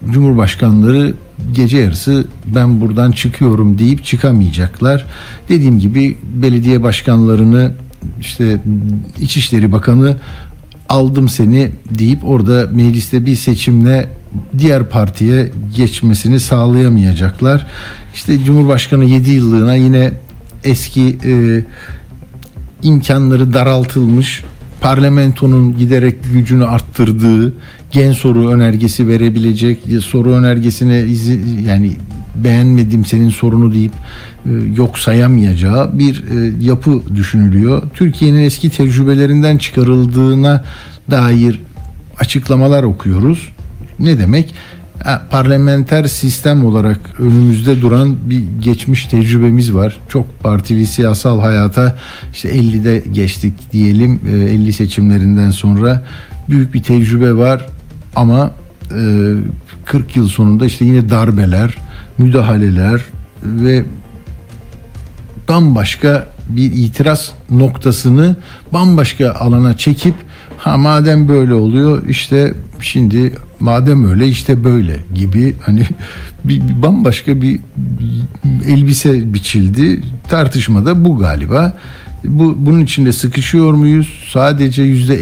Cumhurbaşkanları gece yarısı ben buradan çıkıyorum deyip çıkamayacaklar. Dediğim gibi belediye başkanlarını, işte İçişleri Bakanı aldım seni deyip orada mecliste bir seçimle diğer partiye geçmesini sağlayamayacaklar. İşte Cumhurbaşkanı 7 yıllığına yine eski imkanları daraltılmış, parlamentonun giderek gücünü arttırdığı gen soru önergesi verebilecek, soru önergesine yani beğenmedim senin sorunu deyip yok sayamayacağı bir yapı düşünülüyor. Türkiye'nin eski tecrübelerinden çıkarıldığına dair açıklamalar okuyoruz. Ne demek? Parlamenter sistem olarak önümüzde duran bir geçmiş tecrübemiz var. Çok partili siyasal hayata işte 50'de geçtik diyelim, 50 seçimlerinden sonra büyük bir tecrübe var ama 40 yıl sonunda işte yine darbeler, müdahaleler ve bambaşka bir itiraz noktasını bambaşka alana çekip madem böyle oluyor işte şimdi madem öyle işte böyle gibi hani bir bambaşka bir elbise biçildi. Tartışmada bu galiba. Bunun içinde sıkışıyor muyuz? Sadece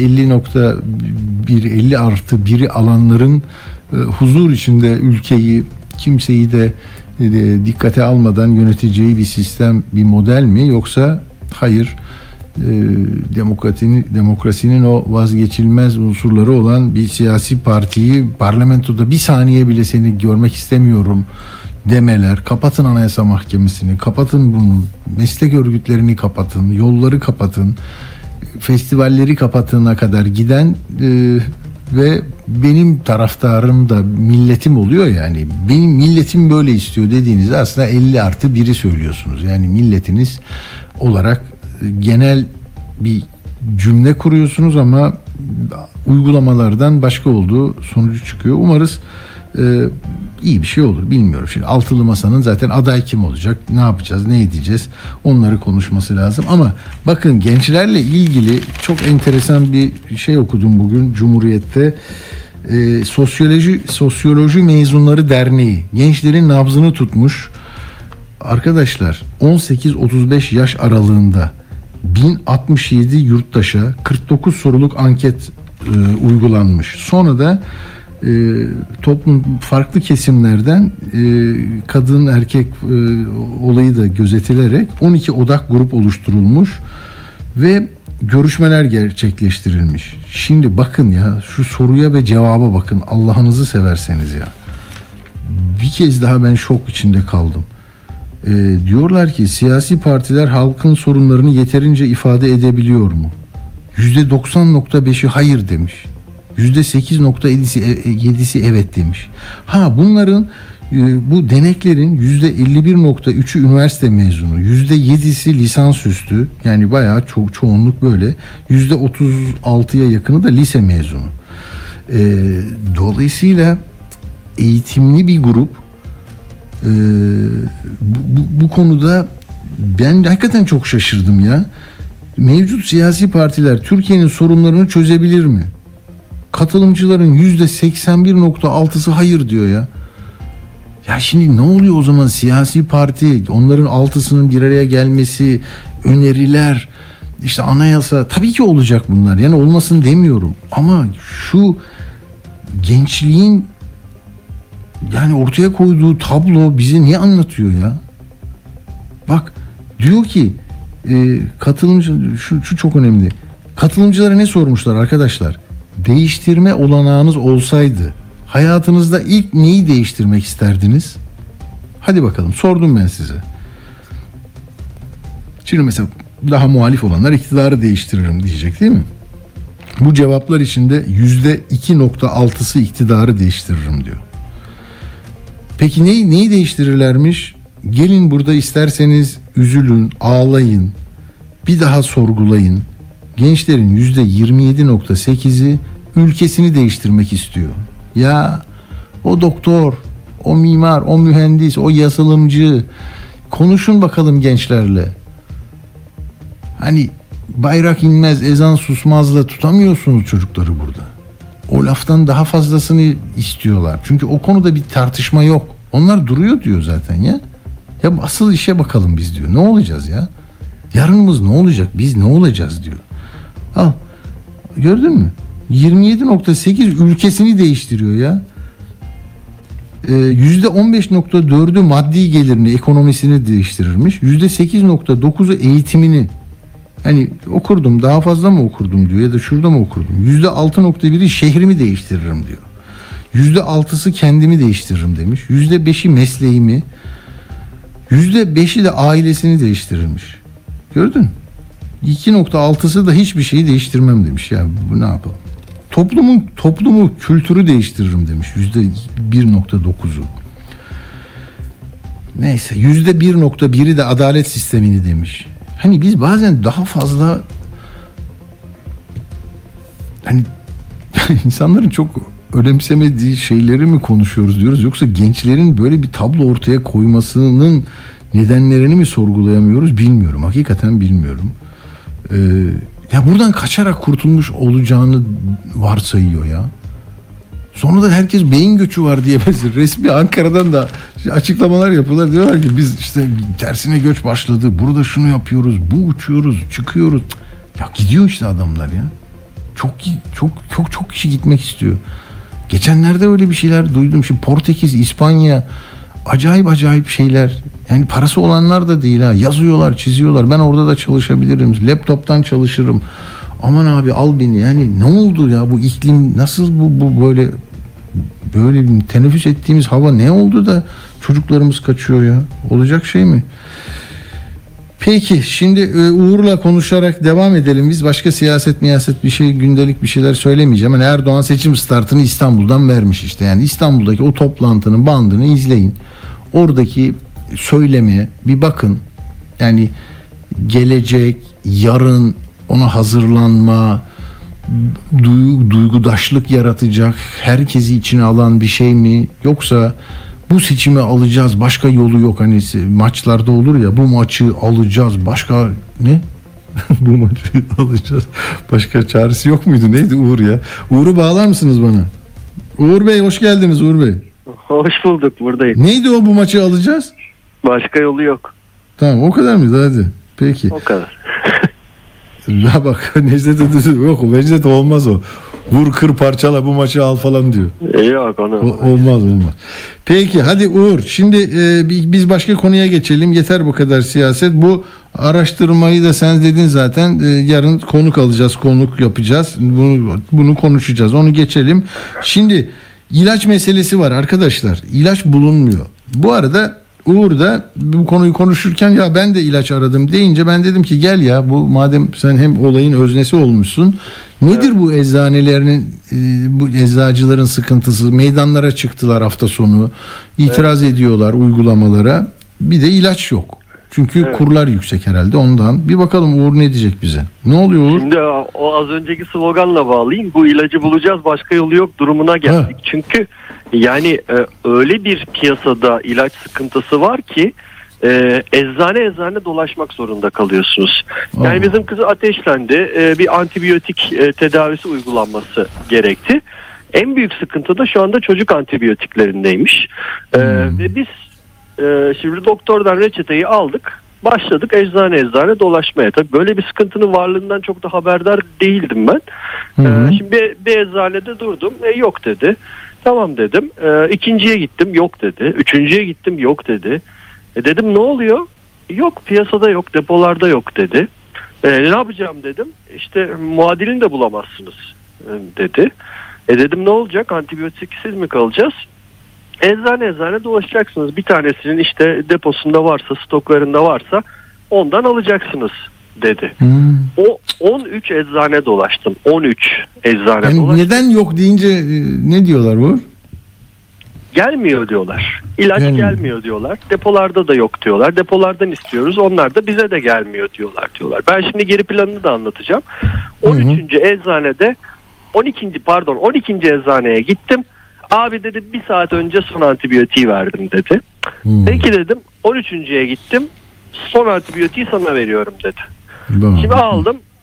%50.1 50 artı 1'i alanların huzur içinde ülkeyi, kimseyi de dikkate almadan yöneteceği bir sistem, bir model mi? Yoksa hayır, demokrasinin o vazgeçilmez unsurları olan bir siyasi partiyi parlamentoda bir saniye bile seni görmek istemiyorum demeler, kapatın Anayasa Mahkemesi'ni, kapatın bunu, meslek örgütlerini kapatın, yolları kapatın, festivalleri kapatına kadar giden ve benim taraftarım da milletim oluyor yani. Benim milletim böyle istiyor dediğinizde aslında 50 artı 1'i söylüyorsunuz. Yani milletiniz olarak genel bir cümle kuruyorsunuz ama uygulamalardan başka olduğu sonucu çıkıyor. Umarız iyi bir şey olur, bilmiyorum. Şimdi altılı masanın zaten aday kim olacak, ne yapacağız, ne edeceğiz, onları konuşması lazım. Ama bakın, gençlerle ilgili çok enteresan bir şey okudum bugün Cumhuriyet'te. Sosyoloji Mezunları Derneği gençlerin nabzını tutmuş. Arkadaşlar, 18-35 yaş aralığında 1067 yurttaşa 49 soruluk anket uygulanmış. Sonra da toplum farklı kesimlerden kadın erkek olayı da gözetilerek 12 odak grup oluşturulmuş ve görüşmeler gerçekleştirilmiş. Şimdi bakın ya, şu soruya ve cevaba bakın, Allah'ınızı severseniz ya. Bir kez daha ben şok içinde kaldım. Diyorlar ki siyasi partiler halkın sorunlarını yeterince ifade edebiliyor mu? %90.5'i hayır demiş. %8.7'si evet demiş. Bunların bu deneklerin %51.3'ü üniversite mezunu, %7'si lisansüstü, yani bayağı çoğunluk böyle, %36'ya yakını da lise mezunu. Dolayısıyla eğitimli bir grup. Bu konuda ben hakikaten çok şaşırdım ya. Mevcut siyasi partiler Türkiye'nin sorunlarını çözebilir mi? Katılımcıların %81.6'sı hayır diyor ya. Ya şimdi ne oluyor o zaman? Siyasi parti, onların 6'sının bir araya gelmesi, öneriler, işte anayasa, tabii ki olacak bunlar. Yani olmasın demiyorum. Ama şu gençliğin yani ortaya koyduğu tablo bize ne anlatıyor ya? Bak, diyor ki katılımcı, şu çok önemli. Katılımcılara ne sormuşlar arkadaşlar? Değiştirme olanağınız olsaydı hayatınızda ilk neyi değiştirmek isterdiniz? Hadi bakalım, sordum ben size. Şimdi mesela daha muhalif olanlar iktidarı değiştiririm diyecek, değil mi? Bu cevaplar içinde %2.6'sı iktidarı değiştiririm diyor. Peki neyi değiştirirlermiş? Gelin burada isterseniz üzülün, ağlayın, bir daha sorgulayın. Gençlerin %27.8'i ülkesini değiştirmek istiyor. Ya o doktor, o mimar, o mühendis, o yazılımcı, konuşun bakalım gençlerle. Hani bayrak inmez, ezan susmazla tutamıyorsunuz çocukları burada. o laftan daha fazlasını istiyorlar. Çünkü o konuda bir tartışma yok. Onlar duruyor diyor zaten ya. Ya asıl işe bakalım biz diyor. Ne olacağız ya? Yarınımız ne olacak? Biz ne olacağız diyor. Al. Gördün mü? 27.8 ülkesini değiştiriyor ya. %15.4'ü maddi gelirini, ekonomisini değiştirirmiş. %8.9'u eğitimini. Hani okurdum, daha fazla mı okurdum diyor ya da şurada mı okurdum. %6.1'i şehrimi değiştiririm diyor. %6'sı kendimi değiştiririm demiş. %5'i mesleğimi. %5'i de ailesini değiştirirmiş. Gördün mü? 2.6'sı da hiçbir şeyi değiştirmem demiş. Yani bu ne yapalım? Toplumu kültürü değiştiririm demiş. %1.9'u. Neyse %1.1'i de adalet sistemini demiş. Hani biz bazen daha fazla hani insanların çok önemsemediği şeyleri mi konuşuyoruz diyoruz, yoksa gençlerin böyle bir tablo ortaya koymasının nedenlerini mi sorgulayamıyoruz bilmiyorum. Hakikaten bilmiyorum. Ya buradan kaçarak kurtulmuş olacağını varsayıyor ya. Sonra da herkes beyin göçü var diye resmi Ankara'dan da açıklamalar yapıyorlar. Diyorlar ki biz işte tersine göç başladı. Burada şunu yapıyoruz, bu uçuyoruz, çıkıyoruz. Ya gidiyor işte adamlar ya. Çok kişi gitmek istiyor. Geçenlerde öyle bir şeyler duydum. Şimdi Portekiz, İspanya, acayip şeyler. Yani parası olanlar da değil ha. Yazıyorlar, çiziyorlar. Ben orada da çalışabilirim. Laptoptan çalışırım. Aman abi al beni. Yani ne oldu ya, bu iklim nasıl, bu böyle teneffüs ettiğimiz hava ne oldu da çocuklarımız kaçıyor ya? Olacak şey mi? Peki şimdi Uğur'la konuşarak devam edelim. Biz başka siyaset bir şey, gündelik bir şeyler söylemeyeceğim. Yani Erdoğan seçim startını İstanbul'dan vermiş işte. Yani İstanbul'daki o toplantının bandını izleyin. Oradaki söylemeye bir bakın. Yani gelecek, yarın ona hazırlanma, duygudaşlık yaratacak, herkesi içine alan bir şey mi? Yoksa bu seçimi alacağız, başka yolu yok. Hani maçlarda olur ya, bu maçı alacağız, başka ne? Bu maçı alacağız, başka çaresi yok muydu? Neydi Uğur ya? Uğur'u bağlar mısınız bana? Uğur Bey hoş geldiniz Uğur Bey. Hoş bulduk, buradayım. Neydi o, bu maçı alacağız? Başka yolu yok. Tamam, o kadar mıydı? Hadi. Peki. O kadar. Ya bak Necdet yok, Necdet olmaz o. Vur kır parçala bu maçı al falan diyor. Yok onu. Olmaz. Peki hadi Uğur, şimdi biz başka konuya geçelim. Yeter bu kadar siyaset. Bu araştırmayı da sen dedin zaten. Yarın konuk yapacağız. Bunu konuşacağız. Onu geçelim. Şimdi ilaç meselesi var arkadaşlar. İlaç bulunmuyor. Bu arada Uğur da bu konuyu konuşurken ya ben de ilaç aradım deyince ben dedim ki gel ya, bu madem sen hem olayın öznesi olmuşsun, nedir bu eczanelerinin, bu eczacıların sıkıntısı? Meydanlara çıktılar hafta sonu, itiraz ediyorlar uygulamalara, bir de ilaç yok. Çünkü kurlar yüksek herhalde ondan. Bir bakalım Uğur ne diyecek bize. Ne oluyor Uğur? Şimdi o az önceki sloganla bağlayayım. Bu ilacı bulacağız, başka yolu yok durumuna geldik. Çünkü yani öyle bir piyasada ilaç sıkıntısı var ki eczane dolaşmak zorunda kalıyorsunuz. Yani bizim kızı ateşlendi. Bir antibiyotik tedavisi uygulanması gerekti. En büyük sıkıntı da şu anda çocuk antibiyotiklerindeymiş. Ve biz şimdi doktordan reçeteyi aldık. Başladık eczane dolaşmaya. Tabii böyle bir sıkıntının varlığından çok da haberdar değildim ben. Şimdi bir eczanede durdum. Yok dedi. Tamam dedim. İkinciye gittim. Yok dedi. Üçüncüye gittim. Yok dedi. Dedim ne oluyor? Yok, piyasada yok. Depolarda yok dedi. Ne yapacağım dedim. İşte muadilini de bulamazsınız dedi. Dedim ne olacak? Antibiyotiksiz mi kalacağız? Eczane dolaşacaksınız. Bir tanesinin işte deposunda varsa, stoklarında varsa ondan alacaksınız dedi. O 13 eczane dolaştım. 13 eczane yani dolaştım. Neden yok deyince ne diyorlar bu? Gelmiyor diyorlar. İlaç gelmiyor diyorlar. Depolarda da yok diyorlar. Depolardan istiyoruz. Onlar da bize de gelmiyor diyorlar. Ben şimdi geri planını da anlatacağım. 13. eczanede 12. eczaneye gittim. Abi dedi bir saat önce son antibiyotiği verdim dedi. Peki dedim 13.'ye gittim. Son antibiyotiği sana veriyorum dedi. Şimdi aldım.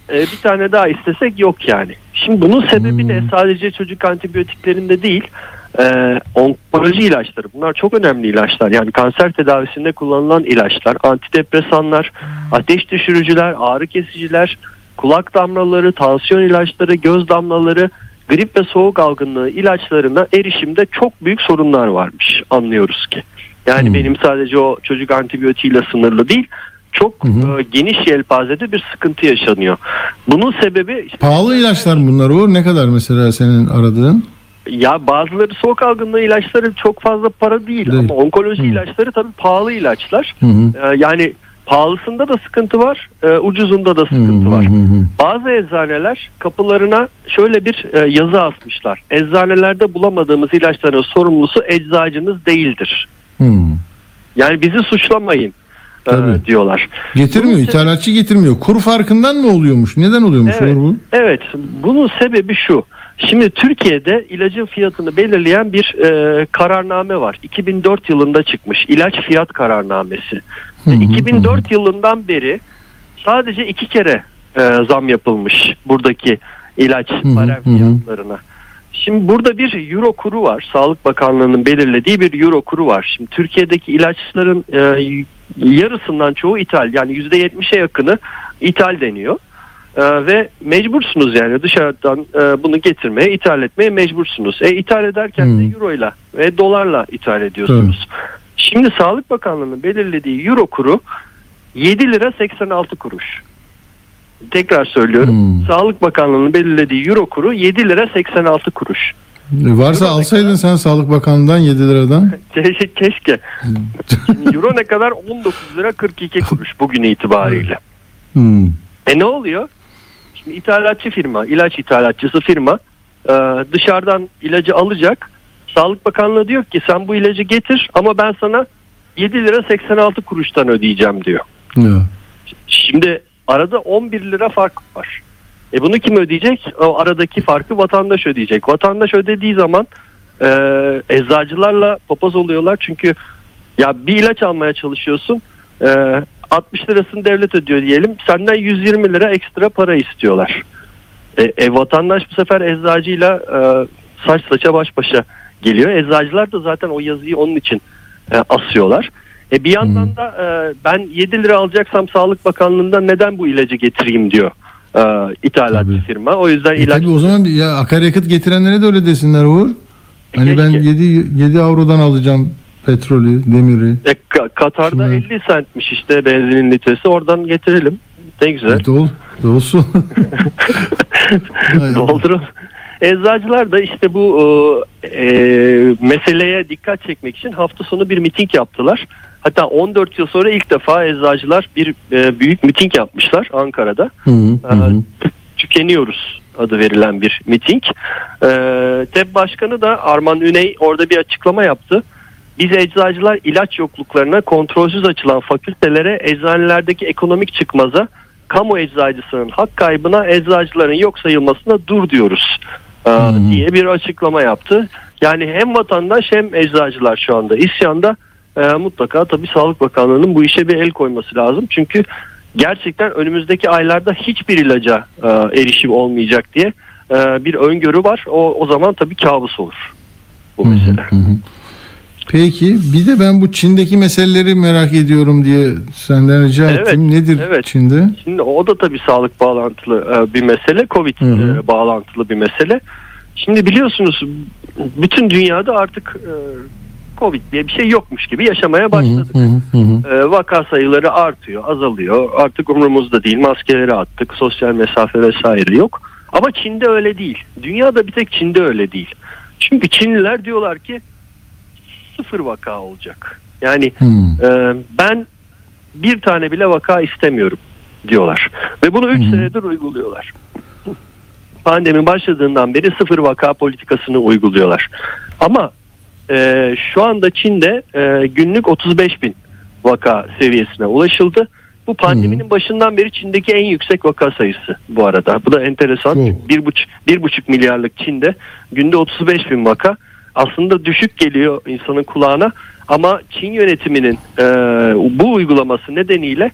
bir tane daha istesek yok yani. Şimdi bunun sebebi ne? Sadece çocuk antibiyotiklerinde değil, onkoloji ilaçları. Bunlar çok önemli ilaçlar. Yani kanser tedavisinde kullanılan ilaçlar, antidepresanlar, ateş düşürücüler, ağrı kesiciler, kulak damlaları, tansiyon ilaçları, göz damlaları, grip ve soğuk algınlığı ilaçlarına erişimde çok büyük sorunlar varmış, anlıyoruz ki. Yani benim sadece o çocuk antibiyotiğiyle sınırlı değil, çok geniş yelpazede bir sıkıntı yaşanıyor. Bunun sebebi... Pahalı ilaçlar bunlar, Uğur. Ne kadar mesela senin aradığın? Ya bazıları soğuk algınlığı ilaçları çok fazla para değil. Ama onkoloji ilaçları tabii pahalı ilaçlar. Yani pahalısında da sıkıntı var, ucuzunda da sıkıntı var. Bazı eczaneler kapılarına şöyle bir yazı asmışlar. Eczanelerde bulamadığımız ilaçların sorumlusu eczacınız değildir. Yani bizi suçlamayın diyorlar. Getirmiyor, ithalatçı getirmiyor. Kur farkından mı oluyormuş? Neden oluyormuş bu? Evet, bunun sebebi şu. Şimdi Türkiye'de ilacın fiyatını belirleyen bir kararname var. 2004 yılında çıkmış ilaç fiyat kararnamesi. 2004 yılından beri sadece 2 kere zam yapılmış buradaki ilaç barem fiyatlarına. Şimdi burada bir euro kuru var. Sağlık Bakanlığı'nın belirlediği bir euro kuru var. Şimdi Türkiye'deki ilaçların yarısından çoğu ithal. Yani %70'e yakını ithal deniyor. Ve mecbursunuz yani dışarıdan bunu getirmeye, ithal etmeye mecbursunuz. İthal ederken de euro ile ve dolarla ithal ediyorsunuz. Şimdi Sağlık Bakanlığı'nın belirlediği euro kuru 7 lira 86 kuruş. Tekrar söylüyorum. Sağlık Bakanlığı'nın belirlediği euro kuru 7 lira 86 kuruş. Varsa euro alsaydın sen Sağlık Bakanlığı'ndan 7 liradan. Keşke. Şimdi euro ne kadar? 19 lira 42 kuruş bugün itibariyle. Ne oluyor? Şimdi ithalatçı firma, ilaç ithalatçısı firma dışarıdan ilacı alacak. Sağlık Bakanlığı diyor ki sen bu ilacı getir ama ben sana 7 lira 86 kuruştan ödeyeceğim diyor. Şimdi arada 11 lira fark var. Bunu kim ödeyecek? O aradaki farkı vatandaş ödeyecek. Vatandaş ödediği zaman eczacılarla papaz oluyorlar. Çünkü ya bir ilaç almaya çalışıyorsun. 60 lirasını devlet ödüyor diyelim. Senden 120 lira ekstra para istiyorlar. Vatandaş bu sefer eczacıyla saç saça baş başa geliyor. Eczacılar da zaten o yazıyı onun için asıyorlar. Bir yandan da ben 7 lira alacaksam Sağlık Bakanlığı'ndan neden bu ilacı getireyim diyor ithalatçı firma. O yüzden ilaç... Tabii o zaman ya akaryakıt getirenlere de öyle desinler Uğur. Hani ben 7 avrodan alacağım petrolü, demiri. Katar'da 50 centmiş işte benzinin litresi, oradan getirelim. Ne güzel. Dolsun. Doldurun. Eczacılar da işte bu meseleye dikkat çekmek için hafta sonu bir miting yaptılar. Hatta 14 yıl sonra ilk defa eczacılar bir büyük miting yapmışlar Ankara'da. Tükeniyoruz adı verilen bir miting. TEB Başkanı da Arman Üney orada bir açıklama yaptı. Biz eczacılar ilaç yokluklarına, kontrolsüz açılan fakültelere, eczanelerdeki ekonomik çıkmaza, kamu eczacısının hak kaybına, eczacıların yok sayılmasına dur diyoruz diye bir açıklama yaptı. Yani hem vatandaş hem eczacılar şu anda isyanda. Mutlaka tabii Sağlık Bakanlığı'nın bu işe bir el koyması lazım. Çünkü gerçekten önümüzdeki aylarda hiçbir ilaca erişim olmayacak diye bir öngörü var. O zaman tabii kabus olur bu mesele. Peki bir de ben bu Çin'deki meseleleri merak ediyorum diye senden rica ettim. Nedir Çin'de? Şimdi o da tabii sağlık bağlantılı bir mesele. Covid bağlantılı bir mesele. Şimdi biliyorsunuz bütün dünyada artık Covid diye bir şey yokmuş gibi yaşamaya başladık. Vaka sayıları artıyor, azalıyor. Artık umurumuzda değil. Maskeleri attık, sosyal mesafe vesaire yok. Ama Çin'de öyle değil. Dünyada bir tek Çin'de öyle değil. Çünkü Çinliler diyorlar ki 0 vaka olacak. Yani ben bir tane bile vaka istemiyorum diyorlar. Ve bunu 3 senedir uyguluyorlar. Pandemi başladığından beri 0 vaka politikasını uyguluyorlar. Ama şu anda Çin'de günlük 35.000 vaka seviyesine ulaşıldı. Bu pandeminin başından beri Çin'deki en yüksek vaka sayısı bu arada. Bu da enteresan. 1,5 milyarlık Çin'de günde 35.000 vaka. Aslında düşük geliyor insanın kulağına ama Çin yönetiminin bu uygulaması nedeniyle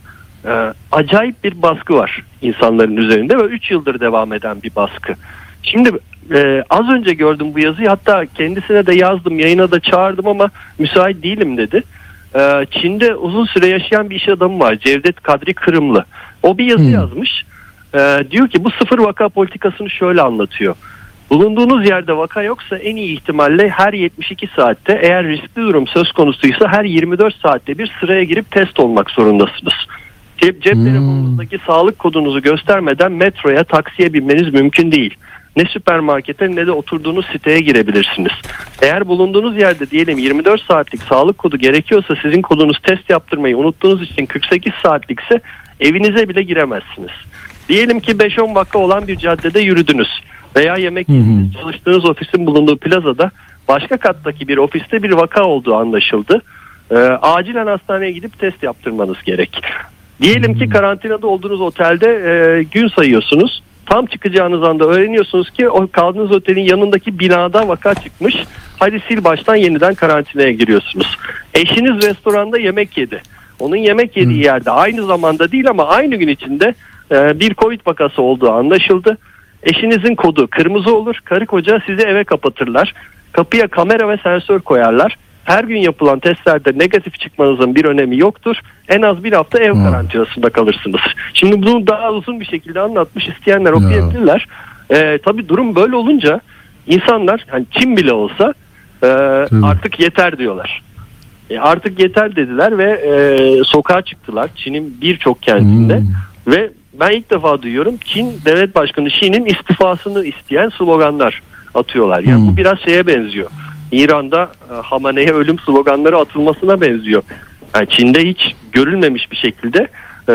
acayip bir baskı var insanların üzerinde ve 3 yıldır devam eden bir baskı. Şimdi az önce gördüm bu yazıyı, hatta kendisine de yazdım, yayına da çağırdım ama müsait değilim dedi. Çin'de uzun süre yaşayan bir iş adamı var, Cevdet Kadri Kırımlı. O bir yazı yazmış. Diyor ki bu sıfır vaka politikasını şöyle anlatıyor. Bulunduğunuz yerde vaka yoksa en iyi ihtimalle her 72 saatte, eğer riskli durum söz konusuysa her 24 saatte bir sıraya girip test olmak zorundasınız. Cep telefonunuzdaki sağlık kodunuzu göstermeden metroya, taksiye binmeniz mümkün değil. Ne süpermarkete ne de oturduğunuz siteye girebilirsiniz. Eğer bulunduğunuz yerde diyelim 24 saatlik sağlık kodu gerekiyorsa, sizin kodunuz test yaptırmayı unuttuğunuz için 48 saatlikse evinize bile giremezsiniz. Diyelim ki 5-10 vaka olan bir caddede yürüdünüz veya yemek yediniz, çalıştığınız ofisin bulunduğu plazada başka kattaki bir ofiste bir vaka olduğu anlaşıldı. Acilen hastaneye gidip test yaptırmanız gerek. Diyelim ki karantinada olduğunuz otelde gün sayıyorsunuz. Tam çıkacağınız anda öğreniyorsunuz ki o kaldığınız otelin yanındaki binada vaka çıkmış. Hadi sil baştan yeniden karantinaya giriyorsunuz. Eşiniz restoranda yemek yedi. Onun yemek yediği yerde aynı zamanda değil ama aynı gün içinde bir Covid vakası olduğu anlaşıldı. Eşinizin kodu kırmızı olur. Karı koca sizi eve kapatırlar. Kapıya kamera ve sensör koyarlar. Her gün yapılan testlerde negatif çıkmanızın bir önemi yoktur. En az bir hafta ev karantinasında kalırsınız. Şimdi bunu daha uzun bir şekilde anlatmış, isteyenler okuyabilirler. Tabii durum böyle olunca insanlar, hani Çin bile olsa artık yeter diyorlar. Artık yeter dediler ve sokağa çıktılar Çin'in birçok kentinde. Ve ben ilk defa duyuyorum, Çin Devlet Başkanı Xi'nin istifasını isteyen sloganlar atıyorlar. Yani bu biraz şeye benziyor. İran'da Hamane'ye ölüm sloganları atılmasına benziyor. Yani Çin'de hiç görülmemiş bir şekilde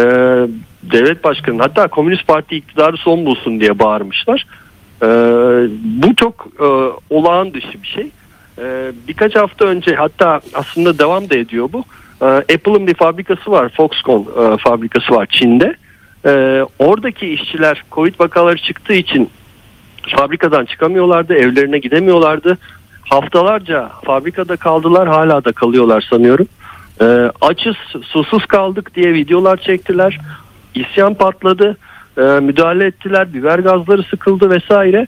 devlet başkanı, hatta Komünist Parti iktidarı son bulsun diye bağırmışlar. Bu çok olağan dışı bir şey. Birkaç hafta önce, hatta aslında devam da ediyor bu. Apple'ın bir fabrikası var, Foxconn fabrikası var Çin'de. Oradaki işçiler Covid vakaları çıktığı için fabrikadan çıkamıyorlardı, evlerine gidemiyorlardı. Haftalarca fabrikada kaldılar, hala da kalıyorlar sanıyorum. Açız, susuz kaldık diye videolar çektiler. İsyan patladı, müdahale ettiler, biber gazları sıkıldı vesaire.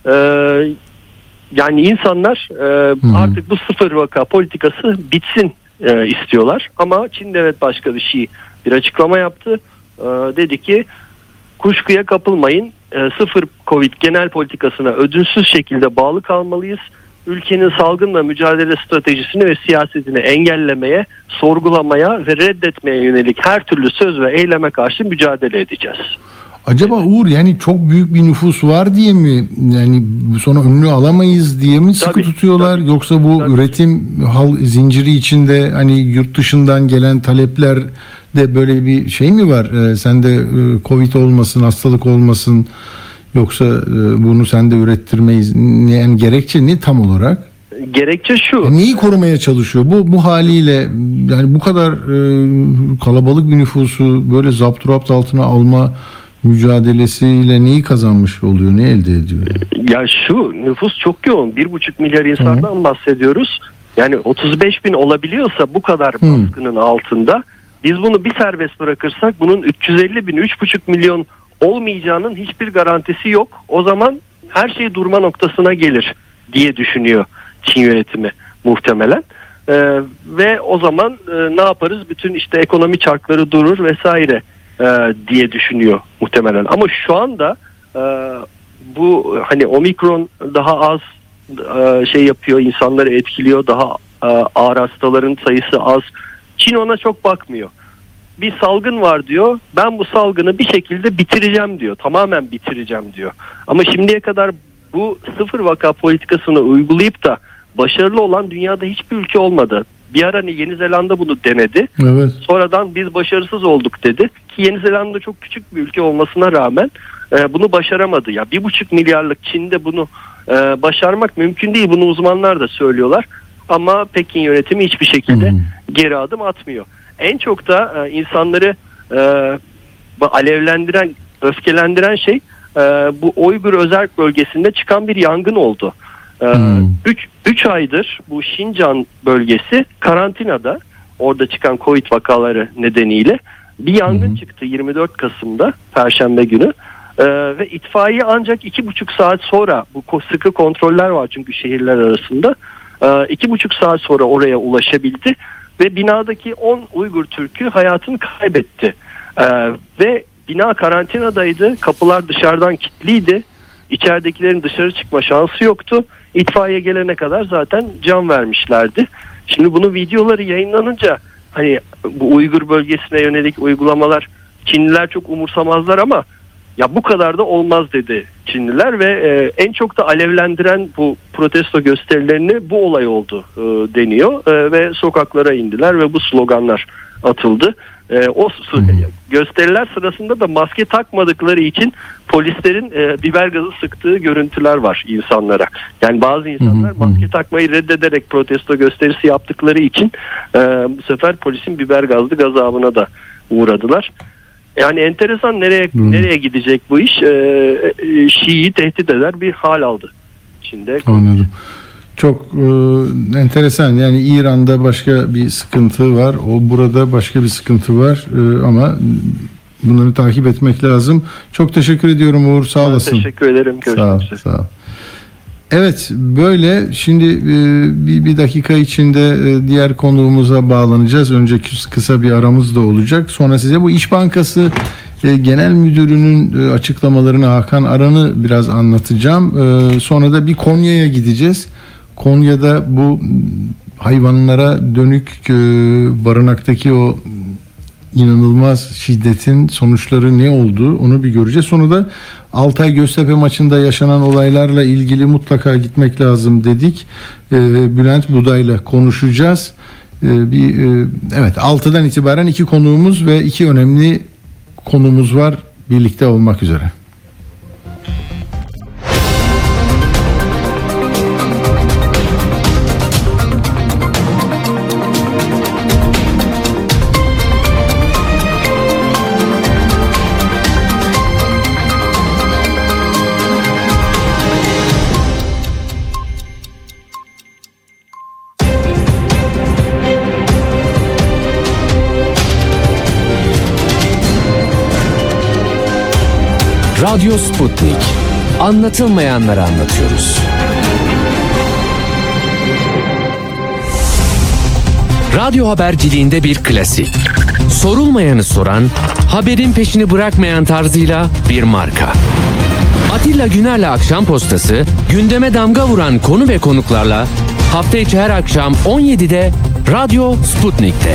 Yani insanlar artık bu sıfır vaka politikası bitsin istiyorlar. Ama Çin Devlet Başkanı Xi bir açıklama yaptı. Dedi ki kuşkuya kapılmayın, sıfır Covid genel politikasına ödünsüz şekilde bağlı kalmalıyız. Ülkenin salgınla mücadele stratejisini ve siyasetini engellemeye, sorgulamaya ve reddetmeye yönelik her türlü söz ve eyleme karşı mücadele edeceğiz. Acaba Uğur, yani çok büyük bir nüfus var diye mi, yani sonra önünü alamayız diye mi sıkı tutuyorlar, yoksa bu üretim zinciri içinde hani yurt dışından gelen talepler de böyle bir şey mi var? Sende Covid olmasın, hastalık olmasın, yoksa bunu sende ürettirmeyiz. Yani gerekçe ne tam olarak? Gerekçe şu. Neyi korumaya çalışıyor? Bu haliyle yani bu kadar kalabalık bir nüfusu böyle zapturapt altına alma mücadelesiyle neyi kazanmış oluyor? Ne elde ediyor? Ya şu, nüfus çok yoğun. 1,5 milyar insandan bahsediyoruz. Yani 35 bin olabiliyorsa bu kadar baskının altında, biz bunu bir serbest bırakırsak bunun 350 bin, 3,5 milyon olmayacağının hiçbir garantisi yok. O zaman her şey durma noktasına gelir diye düşünüyor Çin yönetimi muhtemelen. Ve o zaman ne yaparız? Bütün işte ekonomi çarkları durur vesaire diye düşünüyor muhtemelen. Ama şu anda bu hani omikron daha az şey yapıyor, insanları etkiliyor, daha ağır hastaların sayısı az. Çin ona çok bakmıyor. Bir salgın var diyor. Ben bu salgını bir şekilde bitireceğim diyor. Tamamen bitireceğim diyor. Ama şimdiye kadar bu sıfır vaka politikasını uygulayıp da başarılı olan dünyada hiçbir ülke olmadı. Bir ara Yeni Zelanda bunu denedi. Evet. Sonradan biz başarısız olduk dedi. Ki Yeni Zelanda çok küçük bir ülke olmasına rağmen bunu başaramadı. Ya 1,5 milyarlık Çin'de bunu başarmak mümkün değil. Bunu uzmanlar da söylüyorlar. Ama Pekin yönetimi hiçbir şekilde geri adım atmıyor. En çok da insanları alevlendiren, öfkelendiren şey bu Uygur Özerk bölgesinde çıkan bir yangın oldu. 3 aydır bu Şincan bölgesi karantinada, orada çıkan Covid vakaları nedeniyle, bir yangın çıktı 24 Kasım'da Perşembe günü. Ve itfaiye ancak 2,5 saat sonra, bu sıkı kontroller var çünkü şehirler arasında, 2,5 saat sonra oraya ulaşabildi ve binadaki 10 Uygur Türk'ü hayatını kaybetti. Ve bina karantinadaydı, kapılar dışarıdan kilitliydi, içeridekilerin dışarı çıkma şansı yoktu. İtfaiye gelene kadar zaten can vermişlerdi. Şimdi bunun videoları yayınlanınca hani bu Uygur bölgesine yönelik uygulamalar, Çinliler çok umursamazlar ama ya bu kadar da olmaz dedi Çinliler ve en çok da alevlendiren bu protesto gösterilerini bu olay oldu deniyor ve sokaklara indiler ve bu sloganlar atıldı. Gösteriler sırasında da maske takmadıkları için polislerin biber gazı sıktığı görüntüler var insanlara. Yani bazı insanlar maske takmayı reddederek protesto gösterisi yaptıkları için bu sefer polisin biber gazlı gazabına da uğradılar. Yani enteresan, nereye gidecek bu iş? Şii'yi tehdit eder bir hal aldı Çin'de. Anladım. Çok enteresan. Yani İran'da başka bir sıkıntı var. Burada başka bir sıkıntı var. Ama bunları takip etmek lazım. Çok teşekkür ediyorum Uğur. Sağ olasın. Teşekkür ederim. Görüşmek üzere. Sağ ol. Evet, böyle şimdi bir dakika içinde diğer konuğumuza bağlanacağız. Önce kısa bir aramız da olacak. Sonra size bu İş Bankası Genel Müdürü'nün açıklamalarını, Hakan Aran'ı biraz anlatacağım. Sonra da bir Konya'ya gideceğiz. Konya'da bu hayvanlara dönük barınaktaki o inanılmaz şiddetin sonuçları ne oldu onu bir göreceğiz. Sonra da Altay Göztepe maçında yaşanan olaylarla ilgili mutlaka gitmek lazım dedik. Bülent Buday'la konuşacağız. Evet, 6'dan itibaren 2 konuğumuz ve 2 önemli konumuz var birlikte olmak üzere. Radyo Sputnik. Anlatılmayanları anlatıyoruz. Radyo haberciliğinde bir klasik. Sorulmayanı soran, haberin peşini bırakmayan tarzıyla bir marka. Atilla Güner'le Akşam Postası, gündeme damga vuran konu ve konuklarla hafta içi her akşam 17'de Radyo Sputnik'te.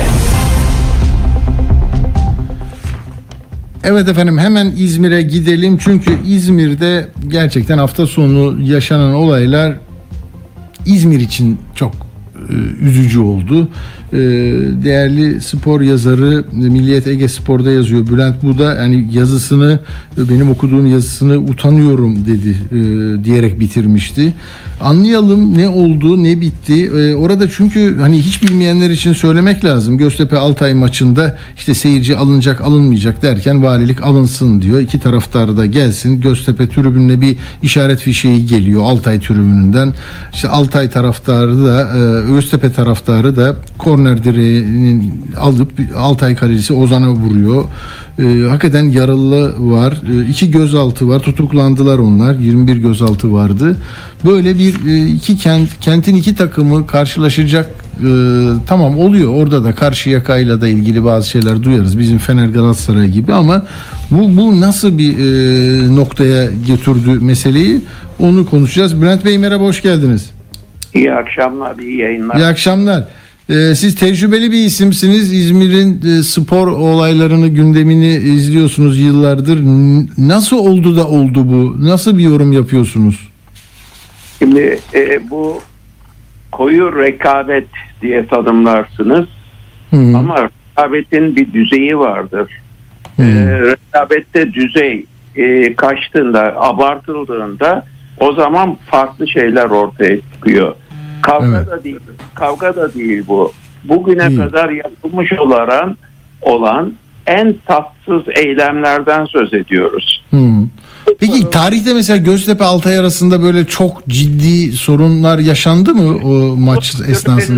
Evet efendim, hemen İzmir'e gidelim çünkü İzmir'de gerçekten hafta sonu yaşanan olaylar İzmir için çok üzücü oldu. Değerli spor yazarı, Milliyet Ege Spor'da yazıyor Bülent Buda, yani yazısını, benim okuduğum yazısını utanıyorum dedi diyerek bitirmişti. Anlayalım ne oldu, ne bitti. Orada çünkü hani hiç bilmeyenler için söylemek lazım. Göztepe Altay maçında işte seyirci alınacak alınmayacak derken valilik alınsın diyor. İki taraftar da gelsin. Göztepe tribününe bir işaret fişeği geliyor Altay tribününden. İşte Altay taraftarı da Göztepe taraftarı da korner direğini alıp Altay kalecisi Ozan'a vuruyor. Hakikaten yaralı var. 2 gözaltı var. Tutuklandılar onlar. 21 gözaltı vardı. Böyle bir kentin 2 takımı karşılaşacak. Tamam, oluyor. Orada da Karşıyaka'yla da ilgili bazı şeyler duyarız. Bizim Fener Galatasaray gibi, ama bu nasıl bir noktaya götürdü meseleyi, onu konuşacağız. Bülent Bey merhaba, hoş geldiniz. İyi akşamlar, iyi yayınlar. İyi akşamlar. Siz tecrübeli bir isimsiniz. İzmir'in spor olaylarını, gündemini izliyorsunuz yıllardır. Nasıl oldu da oldu bu? Nasıl bir yorum yapıyorsunuz? Şimdi bu koyu rekabet diye tanımlarsınız. Ama rekabetin bir düzeyi vardır. Rekabette düzey kaçtığında, abartıldığında o zaman farklı şeyler ortaya çıkıyor. Kavga da değil bu. Bugüne kadar yapılmış olan en tatsız eylemlerden söz ediyoruz. Peki tarihte mesela Göztepe Altay arasında böyle çok ciddi sorunlar yaşandı mı o maç esnasında?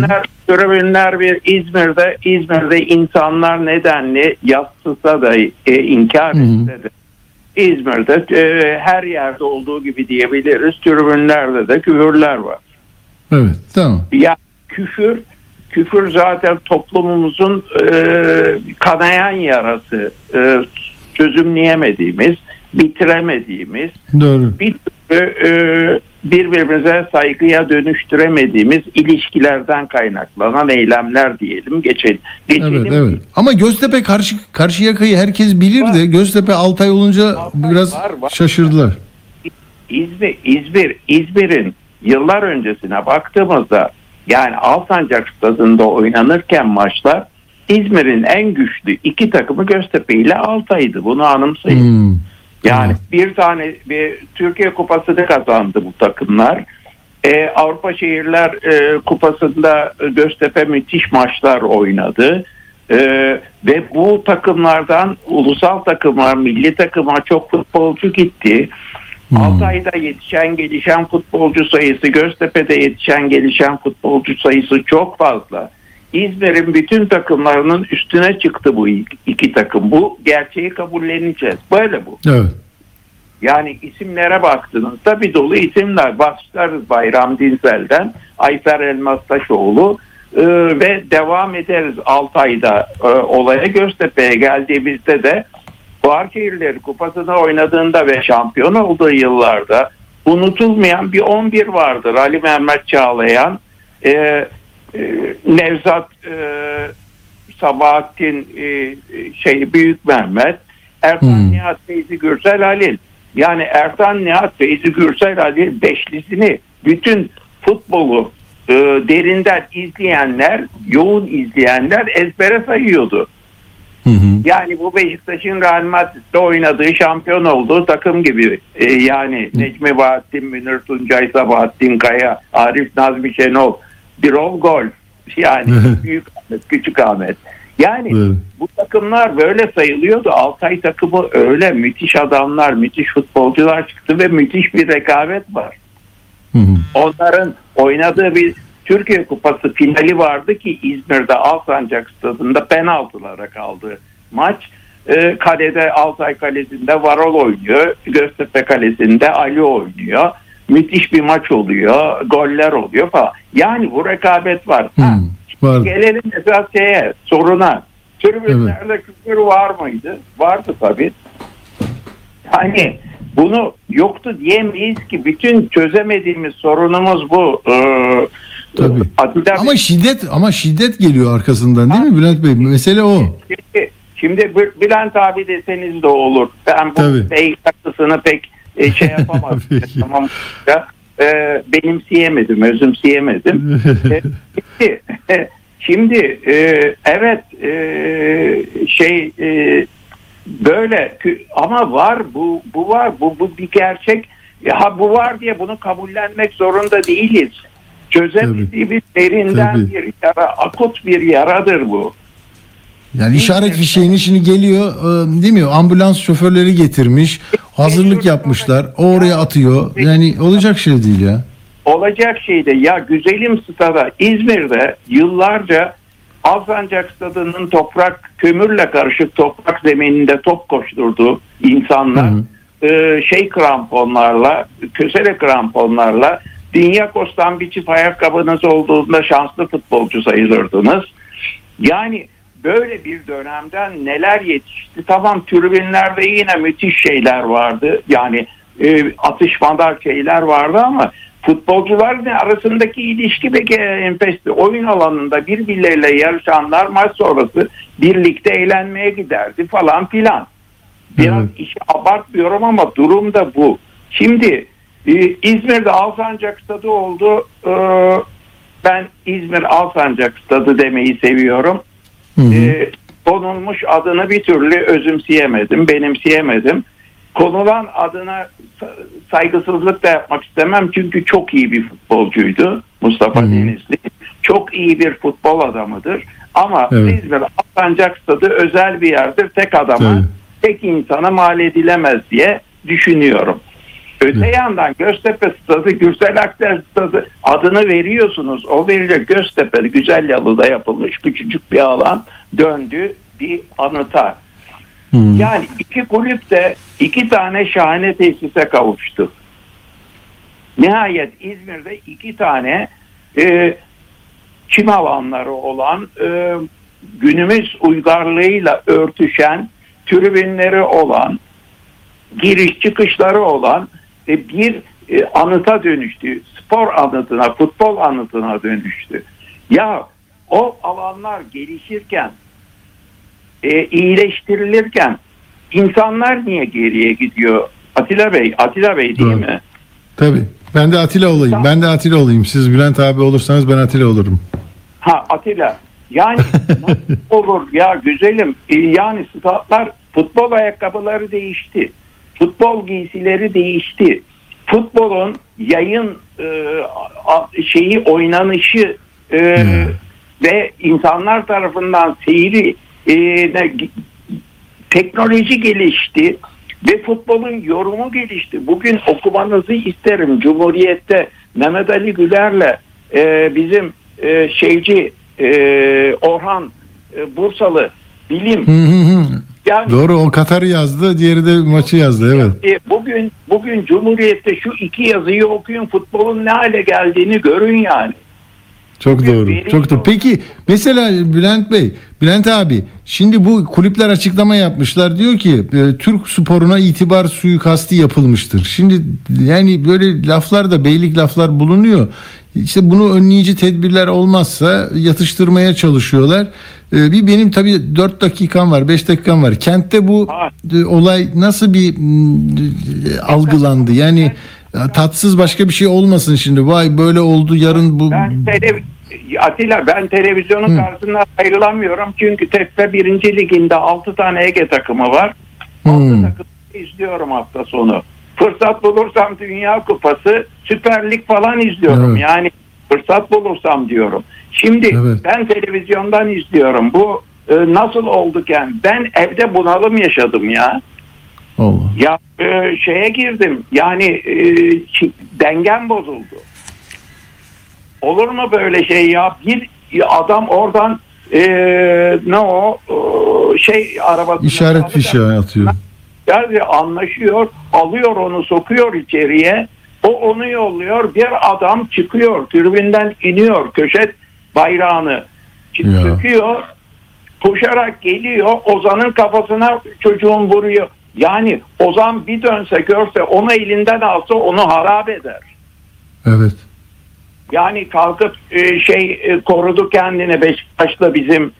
tribünler bir İzmir'de insanlar nedenli yatsısa da inkar etse de İzmir'de her yerde olduğu gibi diyebiliriz. Tribünlerde de küfürler var. Evet, tamam. Ya küfür zaten toplumumuzun kanayan yarası, çözümleyemediğimiz, bitiremediğimiz, Doğru. bir türlü birbirimize saygıya dönüştüremediğimiz ilişkilerden kaynaklanan eylemler diyelim. Geçelim. Evet. Ama Göztepe Karşıyaka'yı herkes bilirdi. Göztepe Altay olunca biraz var. şaşırdılar. İzmir'in yıllar öncesine baktığımızda, yani Alsancak Stadı'nda oynanırken maçlar, İzmir'in en güçlü iki takımı Göztepe ile Altay'dı. Bunu anımsayın. Yani bir Türkiye Kupası'nı kazandı bu takımlar. Avrupa Şehirler Kupası'nda Göztepe müthiş maçlar oynadı. Ve bu takımlardan ulusal takımlar, milli takıma çok futbolcu gitti. Altay'da yetişen gelişen futbolcu sayısı, Göztepe'de yetişen gelişen futbolcu sayısı çok fazla. İzmir'in bütün takımlarının üstüne çıktı bu iki takım. Bu gerçeği kabulleneceğiz. Böyle bu. Evet. Yani isimlere baktığınızda bir dolu isimler. Başlarız Bayram Dinsel'den, Ayfer Elmastaşoğlu ve devam ederiz Altay'da olaya. Göztepe'ye geldiğimizde de Bahçeşehirleri Kupası'nda oynadığında ve şampiyon olduğu yıllarda unutulmayan bir 11 vardır. Ali Mehmet Çağlayan, Nevzat Sabahattin Büyük Mehmet, Ertan Nihat Feyzi Gürsel Halil. Yani Ertan Nihat Feyzi Gürsel Halil beşlisini bütün futbolu derinden izleyenler, yoğun izleyenler ezbere sayıyordu. Yani bu Beşiktaş'ın Real Madrid'de oynadığı, şampiyon olduğu takım gibi. Yani Necmi Bahattin, Münir Tuncay, Sabahattin Kaya, Arif Nazmi Şenol, Birol Gol. Yani Büyük Ahmet, Küçük Ahmet. Yani bu takımlar böyle sayılıyordu. Altay takımı öyle müthiş adamlar, müthiş futbolcular çıktı ve müthiş bir rekabet var. Onların oynadığı bir Türkiye Kupası finali vardı ki İzmir'de Alsancak Stadı'nda penaltılara kaldı maç. Kalede, Altay Kalesi'nde Varol oynuyor. Göztepe Kalesi'nde Ali oynuyor. Müthiş bir maç oluyor. Goller oluyor falan. Yani bu rekabet var. Gelelim esas soruna. Tribünlerde küfür var mıydı? Vardı tabii. Yani bunu yoktu diyemeyiz ki. Bütün çözemediğimiz sorunumuz bu. Tabii. Ama şiddet geliyor arkasından değil mi Bülent Bey? Mesele o. Şimdi Bülent abi deseniz de olur. Ben bu beykatlısını pek yapamadım. Tamam. Benimseyemedim, özümseyemedim. Şimdi evet böyle ama var bu var bu bir gerçek. Bu var diye bunu kabullenmek zorunda değiliz. Çözemediğimiz derinden bir yara, akut bir yaradır bu. Yani işaret fişeğinin şimdi geliyor değil mi? Ambulans şoförleri getirmiş, hazırlık yapmışlar. O oraya atıyor. Yani olacak şey değil ya. Olacak şey de ya güzelim stada İzmir'de yıllarca Alsancak Stadı'nın kömürle karışık toprak zemininde top koşturduğu insanlar kramponlarla, kösele kramponlarla Dinyakos'tan bir çift ayakkabınız olduğunda şanslı futbolcu sayılırdınız. Yani böyle bir dönemden neler yetişti? Tamam, tribünlerde yine müthiş şeyler vardı. Yani atışmalar şeyler vardı ama futbolcuların arasındaki ilişki pek enfesti. Oyun alanında birbirleriyle yarışanlar maç sonrası birlikte eğlenmeye giderdi falan filan. Biraz işi abartmıyorum ama durum da bu. Şimdi İzmir'de Alsancak Stadı oldu. Ben İzmir Alsancak Stadı demeyi seviyorum. Konulmuş adını bir türlü özümseyemedim, benimseyemedim. Konulan adına saygısızlık da yapmak istemem çünkü çok iyi bir futbolcuydu Mustafa Denizli. Çok iyi bir futbol adamıdır. Ama İzmir Alsancak Stadı özel bir yerdir. Tek adama, tek insana mal edilemez diye düşünüyorum. Öte yandan Göztepe Stadı, Gürsel Akter Stadı adını veriyorsunuz. O verilecek Göztepe Güzelyalı'da yapılmış küçücük bir alan döndü bir anıta. Yani iki kulüp de 2 tane şahane tesise kavuştu. Nihayet İzmir'de 2 tane çim alanları olan, günümüz uygarlığıyla örtüşen, tribünleri olan, giriş çıkışları olan bir anıta dönüştü. Spor anıtına, futbol anıtına dönüştü. Ya o alanlar gelişirken, iyileştirilirken insanlar niye geriye gidiyor? Atilla Bey değil mi? Tabii. Ben de Atilla olayım. Siz Bülent abi olursanız ben Atilla olurum. Atilla. Yani nasıl olur ya güzelim? Yani statlar, futbol ayakkabıları değişti. Futbol giysileri değişti. Futbolun yayın oynanışı ve insanlar tarafından seyri, teknoloji gelişti ve futbolun yorumu gelişti. Bugün okumanızı isterim. Cumhuriyet'te Mehmet Ali Güler'le bizim Orhan Bursalı bilim. Yani, doğru, o Katar'ı yazdı, diğeri de maçı yazdı, evet. Bugün Cumhuriyet'te şu 2 yazıyı okuyun, futbolun ne hale geldiğini görün yani. Çok doğru. Çok doğru. Peki mesela Bülent abi, şimdi bu kulüpler açıklama yapmışlar. Diyor ki Türk sporuna itibar suikastı yapılmıştır. Şimdi yani böyle laflar da, beylik laflar bulunuyor. İşte bunu önleyici tedbirler olmazsa yatıştırmaya çalışıyorlar. Benim tabii 4 dakikam var, 5 dakikam var. Kentte bu olay nasıl bir algılandı? Yani tatsız başka bir şey olmasın şimdi. Vay böyle oldu, yarın bu... Atilla, ben televizyonun karşısında ayrılamıyorum. Çünkü TFF 1. Liginde 6 tane Ege takımı var. 6 takımı izliyorum hafta sonu. Fırsat bulursam Dünya Kupası, Süper Lig falan izliyorum. Evet. Yani fırsat bulursam diyorum. Şimdi ben televizyondan izliyorum. Bu nasıl olduken ben evde bunalım yaşadım ya. Allah. Ya şeye girdim. Yani dengem bozuldu. Olur mu böyle şey ya? Bir adam oradan arabası işaret fişi atıyor. Yani anlaşıyor, alıyor onu, sokuyor içeriye. O onu yolluyor. Bir adam çıkıyor, tribünden iniyor, köşe bayrağını söküyor. Koşarak geliyor, Ozan'ın kafasına çocuğun vuruyor. Yani Ozan bir dönse görse, onu elinden alsa onu harap eder. Evet. Yani kalkıp korudu kendini Beşiktaş'la bizim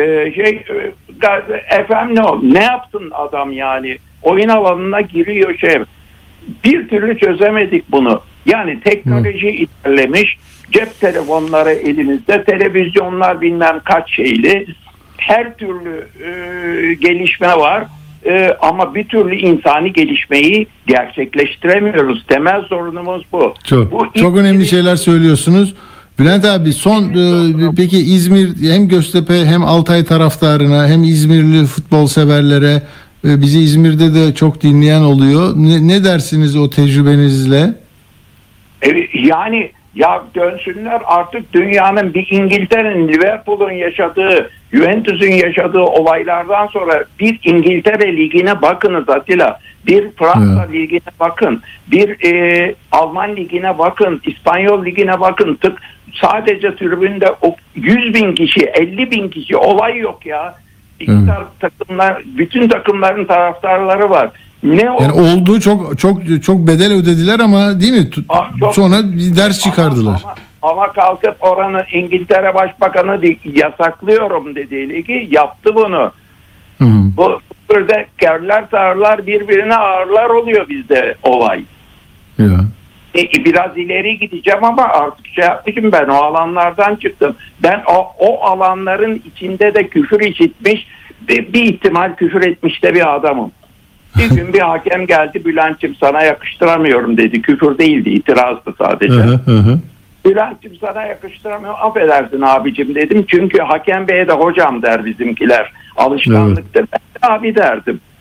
ne yaptın adam yani? Oyun alanına giriyor Bir türlü çözemedik bunu. Yani teknoloji ilerlemiş, cep telefonları elimizde, televizyonlar bilmem kaç şeyli, her türlü gelişme var. Ama bir türlü insani gelişmeyi gerçekleştiremiyoruz. Temel sorunumuz bu. Çok önemli şeyler söylüyorsunuz. Bülent abi peki İzmir hem Göztepe hem Altay taraftarına hem İzmirli futbol severlere, bizi İzmir'de de çok dinleyen oluyor. Ne dersiniz o tecrübenizle? Yani ya dönsünler artık, dünyanın bir İngiltere'nin, Liverpool'un yaşadığı, Juventus'un yaşadığı olaylardan sonra bir İngiltere Ligi'ne bakınız Atilla. Bir Fransa Ligi'ne bakın. Bir Alman Ligi'ne bakın. İspanyol Ligi'ne bakın. Sadece tribünde 100.000 kişi, 50.000 kişi, olay yok ya. Takımlar, bütün takımların taraftarları var. Yani oldu, çok bedel ödediler ama değil mi? Sonra bir ders çıkardılar. Ama kalkıp oranın İngiltere Başbakanı yasaklıyorum dediği ligi yaptı bunu. Bu burada kerler tarlar birbirine ağırlar oluyor bizde olay. Ya. Biraz ileri gideceğim ama artık yapmışım, ben o alanlardan çıktım. Ben o alanların içinde de küfür işitmiş, bir ihtimal küfür etmiş de bir adamım. Bir gün bir hakem geldi, Bülent'ciğim sana yakıştıramıyorum dedi. Küfür değildi, itirazdı sadece. Bülent'ciğim sana yakıştıramıyorum, affedersin abicim dedim. Çünkü hakem beye de hocam der bizimkiler. Alışkanlıktır. Ben de abi derdim.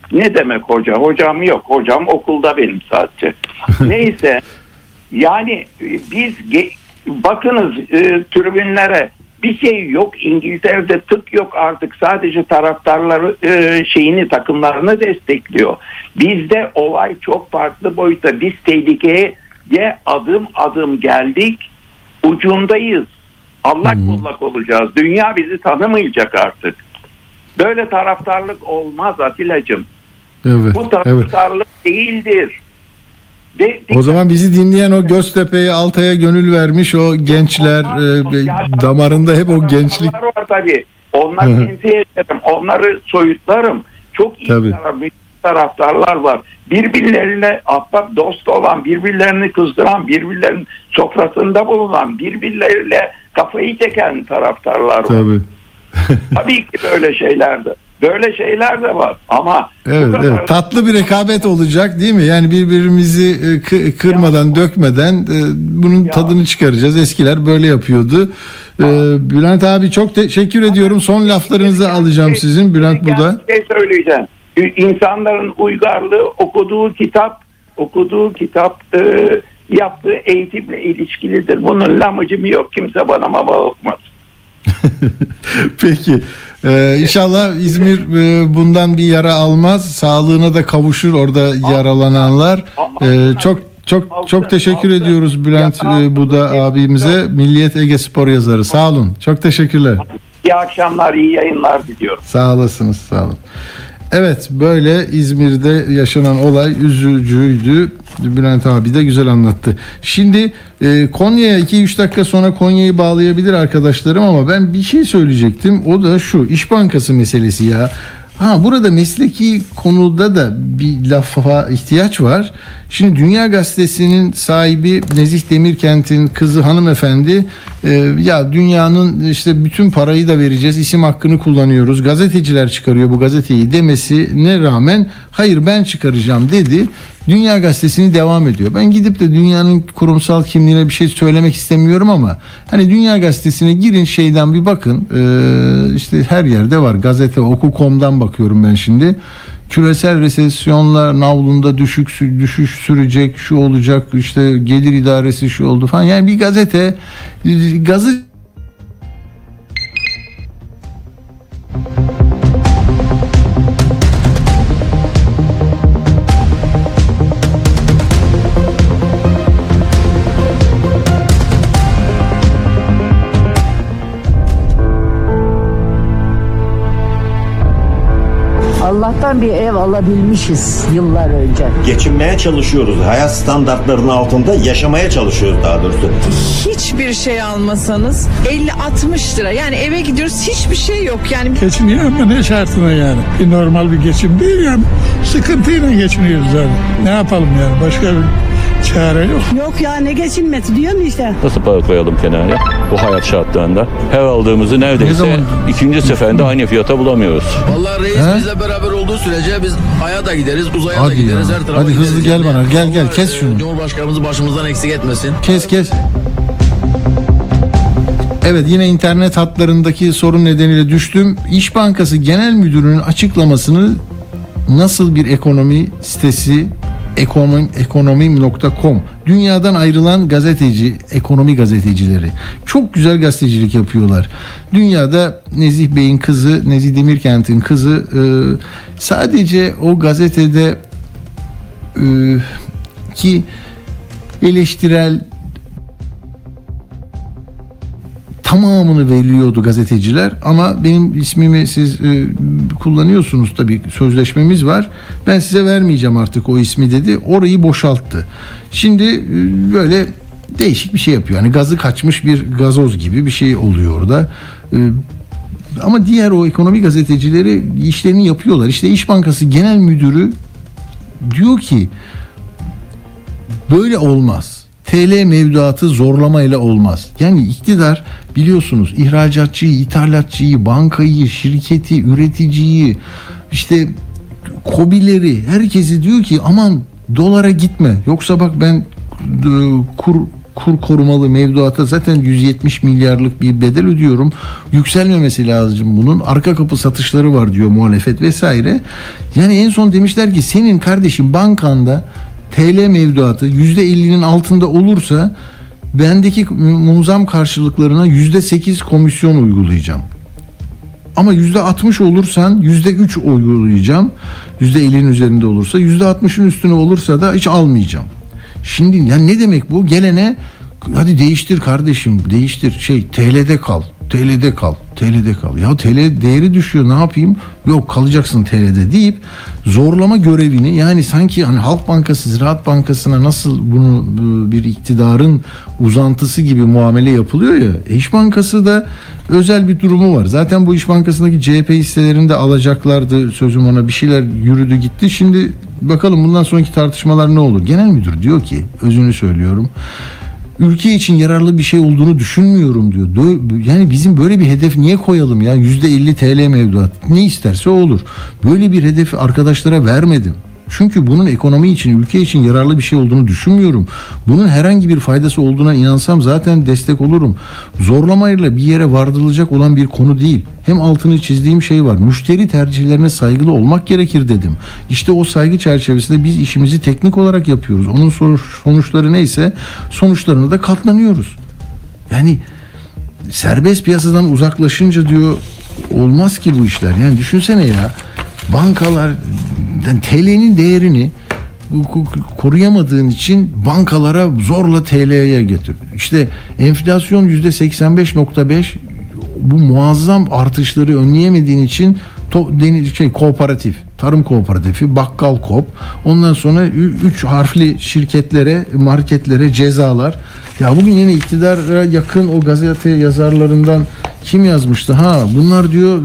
Ne demek hoca? Hocam yok. Hocam okulda benim sadece. Neyse. Yani biz bakınız tribünlere bir şey yok. İngiltere'de tık yok artık. Sadece taraftarları takımlarını destekliyor. Bizde olay çok farklı boyutta. Biz tehlikeye adım adım geldik. Ucundayız. Allak bullak olacağız. Dünya bizi tanımayacak artık. Böyle taraftarlık olmaz Atilla'cığım. Evet. Bu taraftarlık değildir. O zaman bizi dinleyen o Göztepe'ye, Altay'a gönül vermiş o gençler, damarında hep o gençlik. Var tabii. Onları tenzih ederim. Onları soyutlarım. Çok iyi taraftarlar var. Birbirlerine ahbap dost olan, birbirlerini kızdıran, birbirlerinin sofrasında bulunan, birbirleriyle kafayı çeken taraftarlar var. Tabii. Tabii ki böyle şeyler de var ama evet, tatlı bir rekabet olacak değil mi? Yani birbirimizi kırmadan, dökmeden bunun tadını çıkaracağız. Eskiler böyle yapıyordu. Bülent abi çok teşekkür ediyorum. Son laflarınızı alacağım sizin. Bülent burada. Bir şey söyleyeceğim. İnsanların uygarlığı okuduğu kitap yaptığı eğitimle ilişkilidir. Bunun lamıcımı yok. Kimse bana mama okmaz. Peki. İnşallah İzmir bundan bir yara almaz. Sağlığına da kavuşur orada yaralananlar. Çok teşekkür ediyoruz Bülent Buda abimize. Milliyet Ege Spor yazarı. Sağ olun. Çok teşekkürler. İyi akşamlar, iyi yayınlar diliyorum. Sağ olasınız. Sağ olun. Evet, böyle İzmir'de yaşanan olay üzücüydü. Bülent abi de güzel anlattı. Şimdi Konya'ya 2-3 dakika sonra Konya'yı bağlayabilir arkadaşlarım ama ben bir şey söyleyecektim. O da şu İş Bankası meselesi ya. Burada mesleki konuda da bir lafa ihtiyaç var. Şimdi Dünya Gazetesi'nin sahibi Nezih Demirkent'in kızı hanımefendi ya dünyanın işte bütün parayı da vereceğiz, isim hakkını kullanıyoruz, gazeteciler çıkarıyor bu gazeteyi demesine rağmen hayır ben çıkaracağım dedi. Dünya Gazetesi'ni devam ediyor. Ben gidip de dünyanın kurumsal kimliğine bir şey söylemek istemiyorum ama hani Dünya Gazetesi'ne girin şeyden bir bakın. İşte her yerde var. Gazete oku.com'dan bakıyorum ben şimdi. Küresel resesyonlar navlunda düşüş sürecek, şu olacak, işte gelir idaresi şu oldu falan. Yani bir gazete gazı Allah'tan bir ev alabilmişiz yıllar önce. Geçinmeye çalışıyoruz. Hayat standartlarının altında yaşamaya çalışıyoruz daha doğrusu. Hiçbir şey almasanız 50-60 lira. Yani eve gidiyoruz hiçbir şey yok. Yani geçiniyor ama ne şartına yani? Bir normal bir geçim değil yani. Sıkıntıyla geçiniyoruz yani. Ne yapalım yani? Başka bir çare yok. Yok ya ne geçinmesi diyorum işte. Nasıl para koyalım kenara bu hayat şartlarında? Her aldığımızı neredeyse ikinci seferinde aynı fiyata bulamıyoruz. Vallahi reis bizle beraber olduğu sürece biz aya da gideriz, uzaya da ya. gideriz, her tarafa Hadi gideriz. hızlı gel bana. Gel kes şunu. Cumhurbaşkanımızı başımızdan eksik etmesin. Kes. Evet, yine internet hatlarındaki sorun nedeniyle düştüm. İş Bankası Genel Müdürü'nün açıklamasını nasıl bir ekonomi sitesi ekonomim.com dünyadan ayrılan ekonomi gazetecileri çok güzel gazetecilik yapıyorlar. Dünyada Nezih Bey'in kızı, Nezih Demirkent'in kızı sadece o gazetede ki eleştirel tamamını veriyordu gazeteciler ama benim ismimi siz kullanıyorsunuz tabii, sözleşmemiz var. Ben size vermeyeceğim artık o ismi dedi. Orayı boşalttı. Şimdi böyle değişik bir şey yapıyor. Yani gazı kaçmış bir gazoz gibi bir şey oluyor orada. Ama diğer o ekonomi gazetecileri işlerini yapıyorlar. İşte İş Bankası Genel Müdürü diyor ki böyle olmaz. TL mevduatı zorlamayla olmaz. Yani iktidar biliyorsunuz ihracatçıyı, ithalatçıyı, bankayı, şirketi, üreticiyi, işte KOBİ'leri, herkesi diyor ki aman dolara gitme. Yoksa bak ben kur korumalı mevduata zaten 170 milyarlık bir bedel ödüyorum. Yükselmemesi lazım bunun. Arka kapı satışları var diyor muhalefet vesaire. Yani en son demişler ki senin kardeşim bankanda TL mevduatı %50'nin altında olursa bendeki muzam karşılıklarına %8 komisyon uygulayacağım. Ama %60 olursan %3 uygulayacağım. %50'nin üzerinde olursa, %60'ın üstüne olursa da hiç almayacağım. Şimdi yani ne demek bu? Gelene hadi değiştir kardeşim, değiştir. TL'de kal. TL'de kal. TL'de kal. Ya TL değeri düşüyor, ne yapayım? Yok, kalacaksın TL'de deyip zorlama görevini, yani sanki hani Halk Bankası, Ziraat Bankası'na nasıl bunu bir iktidarın uzantısı gibi muamele yapılıyor ya. İş Bankası da özel bir durumu var. Zaten bu İş Bankası'ndaki CHP hisselerini de alacaklardı. Sözüm ona, bir şeyler yürüdü gitti. Şimdi bakalım bundan sonraki tartışmalar ne olur? Genel müdür diyor ki, özünü söylüyorum, ülke için yararlı bir şey olduğunu düşünmüyorum diyor. Yani bizim böyle bir hedef niye koyalım ya? %50 TL mevduat. Ne isterse o olur. Böyle bir hedefi arkadaşlara vermedim. Çünkü bunun ekonomi için, ülke için yararlı bir şey olduğunu düşünmüyorum. Bunun herhangi bir faydası olduğuna inansam zaten destek olurum. Zorlamayla bir yere vardırılacak olan bir konu değil. Hem altını çizdiğim şey var. Müşteri tercihlerine saygılı olmak gerekir dedim. İşte o saygı çerçevesinde biz işimizi teknik olarak yapıyoruz. Onun sonuçları neyse sonuçlarına da katlanıyoruz. Yani serbest piyasadan uzaklaşınca diyor olmaz ki bu işler. Yani düşünsene ya, bankalar yani TL'nin değerini koruyamadığın için bankalara zorla TL'ye götür. İşte enflasyon %85.5, bu muazzam artışları önleyemediğin için kooperatif, tarım kooperatifi, bakkal kop, ondan sonra 3 harfli şirketlere, marketlere cezalar. Ya bugün yine iktidara yakın o gazete yazarlarından kim yazmıştı? Bunlar diyor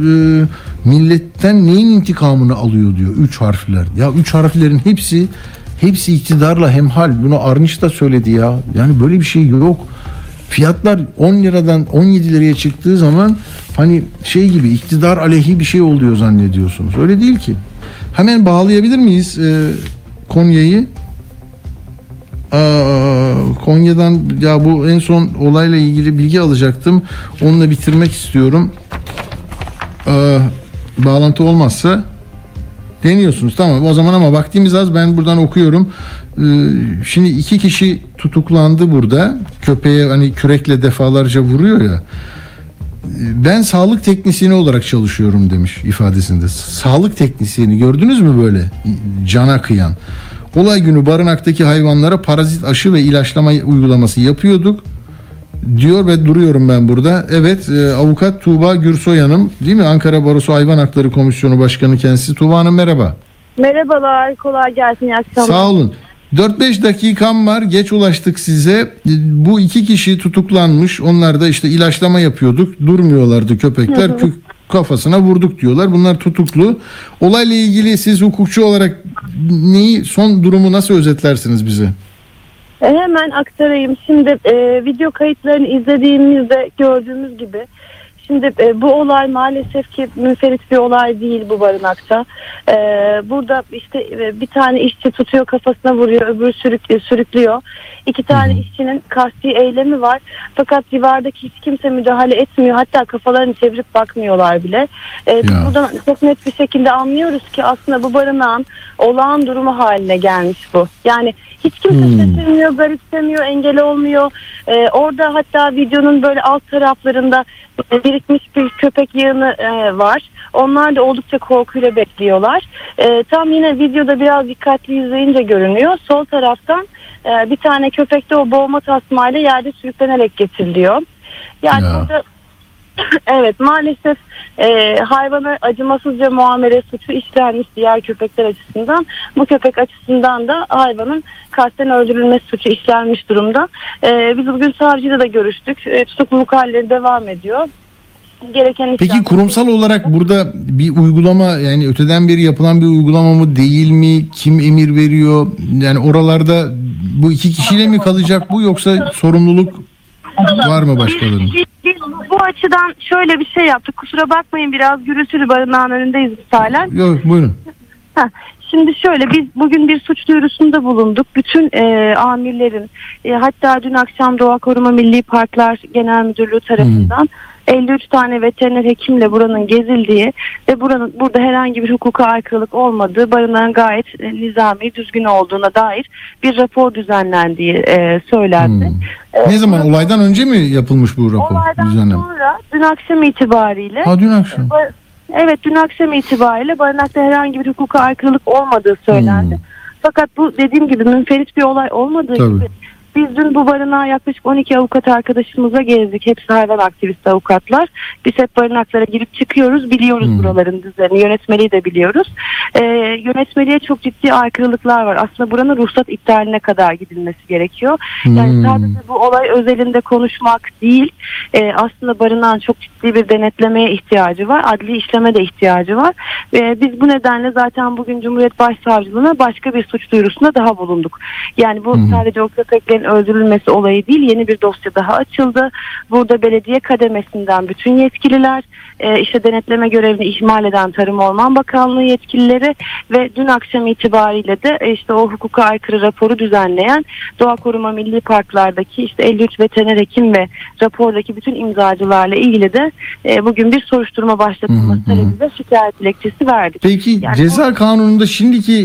milletten neyin intikamını alıyor diyor, 3 harfler. Ya 3 harflerin hepsi iktidarla hemhal. Bunu Arniş da söyledi ya. Yani böyle bir şey yok. Fiyatlar 10 liradan 17 liraya çıktığı zaman hani gibi iktidar aleyhi bir şey oluyor zannediyorsunuz. Öyle değil ki. Hemen bağlayabilir miyiz Konya'yı? Konya'dan ya bu en son olayla ilgili bilgi alacaktım. Onunla bitirmek istiyorum. Bağlantı olmazsa deniyorsunuz. Tamam o zaman, ama vaktimiz az. Ben buradan okuyorum. Şimdi 2 kişi tutuklandı burada. Köpeğe hani kürekle defalarca vuruyor ya. Ben sağlık teknisyeni olarak çalışıyorum demiş ifadesinde. Sağlık teknisyeni, gördünüz mü böyle cana kıyan? Olay günü barınaktaki hayvanlara parazit aşı ve ilaçlama uygulaması yapıyorduk diyor ve duruyorum ben burada. Evet, avukat Tuğba Gürsoy Hanım, değil mi? Ankara Barosu Hayvan Hakları Komisyonu Başkanı kendisi. Tuğba Hanım merhaba. Merhabalar, kolay gelsin, iyi akşamlar. Sağ olun. 4-5 dakikam var, geç ulaştık size. Bu 2 kişi tutuklanmış. Onlar da işte ilaçlama yapıyorduk. Durmuyorlardı köpekler. Kafasına vurduk diyorlar. Bunlar tutuklu. Olayla ilgili siz hukukçu olarak son durumu nasıl özetlersiniz bize? Hemen aktarayım. Şimdi video kayıtlarını izlediğimizde gördüğümüz gibi, şimdi bu olay maalesef ki münferit bir olay değil bu barınakta. Burada işte bir tane işçi tutuyor, kafasına vuruyor, öbürü sürüklüyor. 2 tane işçinin kasti eylemi var. Fakat civardaki hiç kimse müdahale etmiyor. Hatta kafalarını çevirip bakmıyorlar bile. Buradan çok net bir şekilde anlıyoruz ki aslında bu barınağın olağan durumu haline gelmiş bu. Yani hiç kimse şaşırmıyor, garipsemiyor, engel olmuyor. Orada hatta videonun böyle alt taraflarında birikmiş bir köpek yığını var. Onlar da oldukça korkuyla bekliyorlar. Tam yine videoda biraz dikkatli izleyince görünüyor. Sol taraftan bir tane köpek de o boğma tasmayla yerde sürüklenerek getiriliyor. Yani burada evet, maalesef hayvana acımasızca muamele suçu işlenmiş diğer köpekler açısından. Bu köpek açısından da hayvanın kasten öldürülmesi suçu işlenmiş durumda. Biz bugün savcıyla da görüştük. Tutukluluk halleri devam ediyor. Peki kurumsal olarak burada bir uygulama, yani öteden beri yapılan bir uygulama mı değil mi? Kim emir veriyor? Yani oralarda bu 2 kişiyle mi kalacak bu, yoksa sorumluluk var mı başkalarının? Biz bu açıdan şöyle bir şey yaptık. Kusura bakmayın, biraz gürültülü barınağın önündeyiz biz halen. Yok, buyurun. Şimdi şöyle, biz bugün bir suç duyurusunda bulunduk. Bütün amirlerin, hatta dün akşam Doğa Koruma Milli Parklar Genel Müdürlüğü tarafından 53 tane veteriner hekimle buranın gezildiği ve burada herhangi bir hukuka aykırılık olmadığı, barınağın gayet nizami, düzgün olduğuna dair bir rapor düzenlendiği söylendi. Ne zaman? Olaydan önce mi yapılmış bu rapor? Olaydan düzenleme? sonra dün akşam itibariyle. Dün akşam. Evet, dün akşam itibariyle barınakta herhangi bir hukuka aykırılık olmadığı söylendi. Fakat bu dediğim gibi münferit bir olay olmadığı gibi biz dün bu barınağa yaklaşık 12 avukat arkadaşımıza gezdik. Hepsi hayvan aktivist avukatlar. Biz hep barınaklara girip çıkıyoruz. Biliyoruz buraların düzenini. Yönetmeliği de biliyoruz. Yönetmeliğe çok ciddi aykırılıklar var. Aslında buranın ruhsat iptaline kadar gidilmesi gerekiyor. Yani sadece bu olay özelinde konuşmak değil. Aslında barınağın çok ciddi bir denetlemeye ihtiyacı var. Adli işleme de ihtiyacı var. Biz bu nedenle zaten bugün Cumhuriyet Başsavcılığına başka bir suç duyurusunda daha bulunduk. Yani bu sadece o köpeklerin öldürülmesi olayı değil, yeni bir dosya daha açıldı. Burada belediye kademesinden bütün yetkililer, işte denetleme görevini ihmal eden Tarım Orman Bakanlığı yetkilileri ve dün akşam itibariyle de işte o hukuka aykırı raporu düzenleyen Doğa Koruma Milli Parklardaki işte 53 veteriner hekim ve rapordaki bütün imzacılarla ilgili de bugün bir soruşturma başlatılması talebiyle şikayet dilekçesi verdik. Peki yani ceza kanununda şimdiki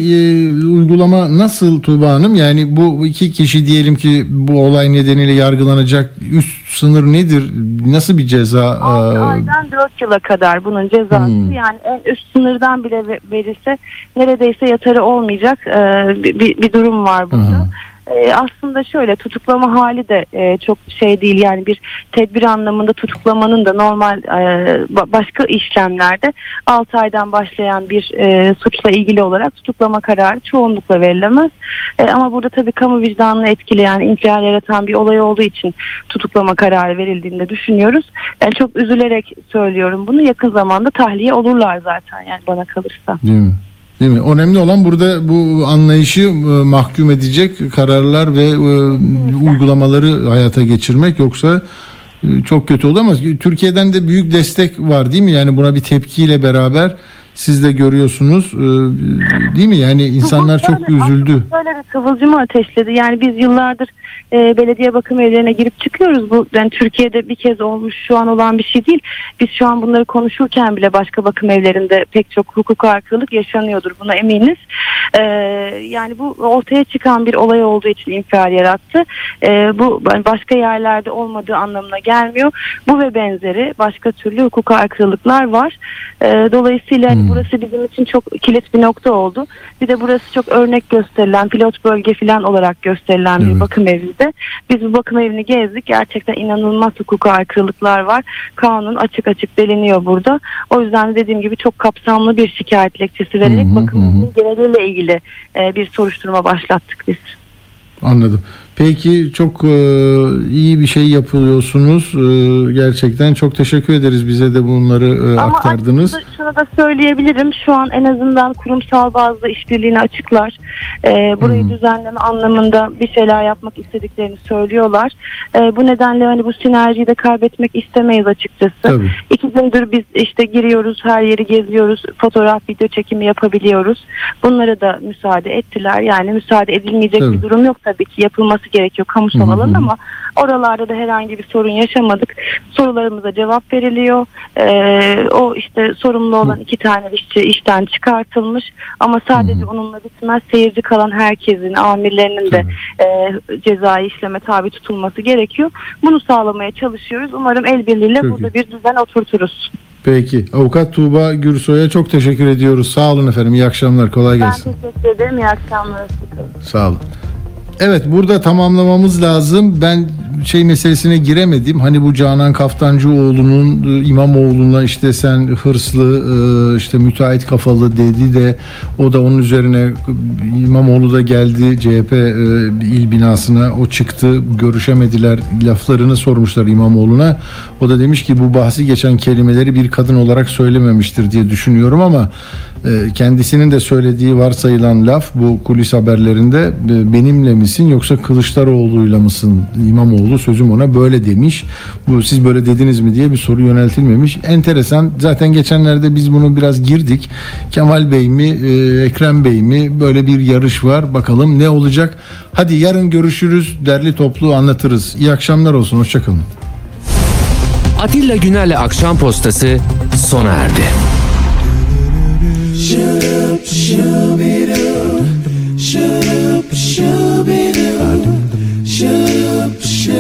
uygulama nasıl Tuğba Hanım? Yani bu iki kişi diyelim ki bu olay nedeniyle yargılanacak, üst sınır nedir? Nasıl bir ceza? 6 aydan 4 yıla kadar bunun cezası. Yani en üst sınırdan bile verilse neredeyse yatarı olmayacak bir durum var burada. Aslında şöyle, tutuklama hali de çok şey değil, yani bir tedbir anlamında tutuklamanın da normal başka işlemlerde 6 aydan başlayan bir suçla ilgili olarak tutuklama kararı çoğunlukla verilemez. Ama burada tabii kamu vicdanını etkileyen, infial yaratan bir olay olduğu için tutuklama kararı verildiğini de düşünüyoruz. Yani çok üzülerek söylüyorum bunu, yakın zamanda tahliye olurlar zaten, yani bana kalırsa. Değil mi? Önemli olan burada bu anlayışı mahkum edecek kararlar ve uygulamaları hayata geçirmek, yoksa çok kötü olur ama Türkiye'den de büyük destek var değil mi? Yani buna bir tepkiyle beraber siz de görüyorsunuz değil mi? Yani insanlar çok üzüldü. Böyle bir kıvılcımı ateşledi. Yani biz yıllardır belediye bakım evlerine girip çıkıyoruz. Bu yani Türkiye'de bir kez olmuş, şu an olan bir şey değil. Biz şu an bunları konuşurken bile başka bakım evlerinde pek çok hukuka aykırılık yaşanıyordur. Buna eminiz. Yani bu ortaya çıkan bir olay olduğu için infial yarattı. Bu başka yerlerde olmadığı anlamına gelmiyor. Bu ve benzeri başka türlü hukuka aykırılıklar var. Dolayısıyla burası bizim için çok kilit bir nokta oldu. Bir de burası çok örnek gösterilen, pilot bölge falan olarak gösterilen bir bakım eviydi. Biz bu bakım evini gezdik. Gerçekten inanılmaz hukuka aykırılıklar var. Kanun açık açık deliniyor burada. O yüzden dediğim gibi çok kapsamlı bir şikayet dilekçesi vererek bakım evinin geneliyle ilgili bir soruşturma başlattık biz. Anladım. Peki çok iyi bir şey yapıyorsunuz. Gerçekten çok teşekkür ederiz, bize de bunları aktardınız. Ama şunu da söyleyebilirim. Şu an en azından kurumsal bazda işbirliğini açıklar. Burayı düzenleme anlamında bir şeyler yapmak istediklerini söylüyorlar. Bu nedenle hani bu sinerjiyi de kaybetmek istemeyiz açıkçası. Tabii. 2 gündür biz işte giriyoruz, her yeri geziyoruz, fotoğraf, video çekimi yapabiliyoruz. Bunlara da müsaade ettiler. Yani müsaade edilmeyecek bir durum yok tabii ki, yapılması gerekiyor kamusal alan, ama oralarda da herhangi bir sorun yaşamadık. Sorularımıza cevap veriliyor. O işte sorumlu olan 2 tane işçi işten çıkartılmış, ama sadece onunla bitmez. Seyirci kalan herkesin, amirlerinin de cezai işleme tabi tutulması gerekiyor. Bunu sağlamaya çalışıyoruz. Umarım el birliğiyle burada bir düzen oturturuz. Peki. Avukat Tuğba Gürsoy'a çok teşekkür ediyoruz. Sağ olun efendim. İyi akşamlar. Kolay gelsin. Ben teşekkür ederim. İyi akşamlar. Sağ olun. Evet, burada tamamlamamız lazım. Ben meselesine giremedim. Hani bu Canan Kaftancıoğlu'nun İmamoğlu'na işte sen hırslı, işte müteahhit kafalı dedi de o da onun üzerine İmamoğlu da geldi CHP il binasına, o çıktı, görüşemediler, laflarını sormuşlar İmamoğlu'na. O da demiş ki bu bahsi geçen kelimeleri bir kadın olarak söylememiştir diye düşünüyorum, ama kendisinin de söylediği varsayılan laf bu kulis haberlerinde, benimle misin yoksa Kılıçdaroğlu'yla mısın İmamoğlu İmamoğlu sözüm ona böyle demiş. Bu siz böyle dediniz mi diye bir soru yöneltilmemiş. Enteresan. Zaten geçenlerde biz bunu biraz girdik. Kemal Bey mi, Ekrem Bey mi, böyle bir yarış var. Bakalım ne olacak? Hadi yarın görüşürüz. Derli toplu anlatırız. İyi akşamlar olsun. Hoşçakalın. Atilla Güner'le Akşam Postası sona erdi.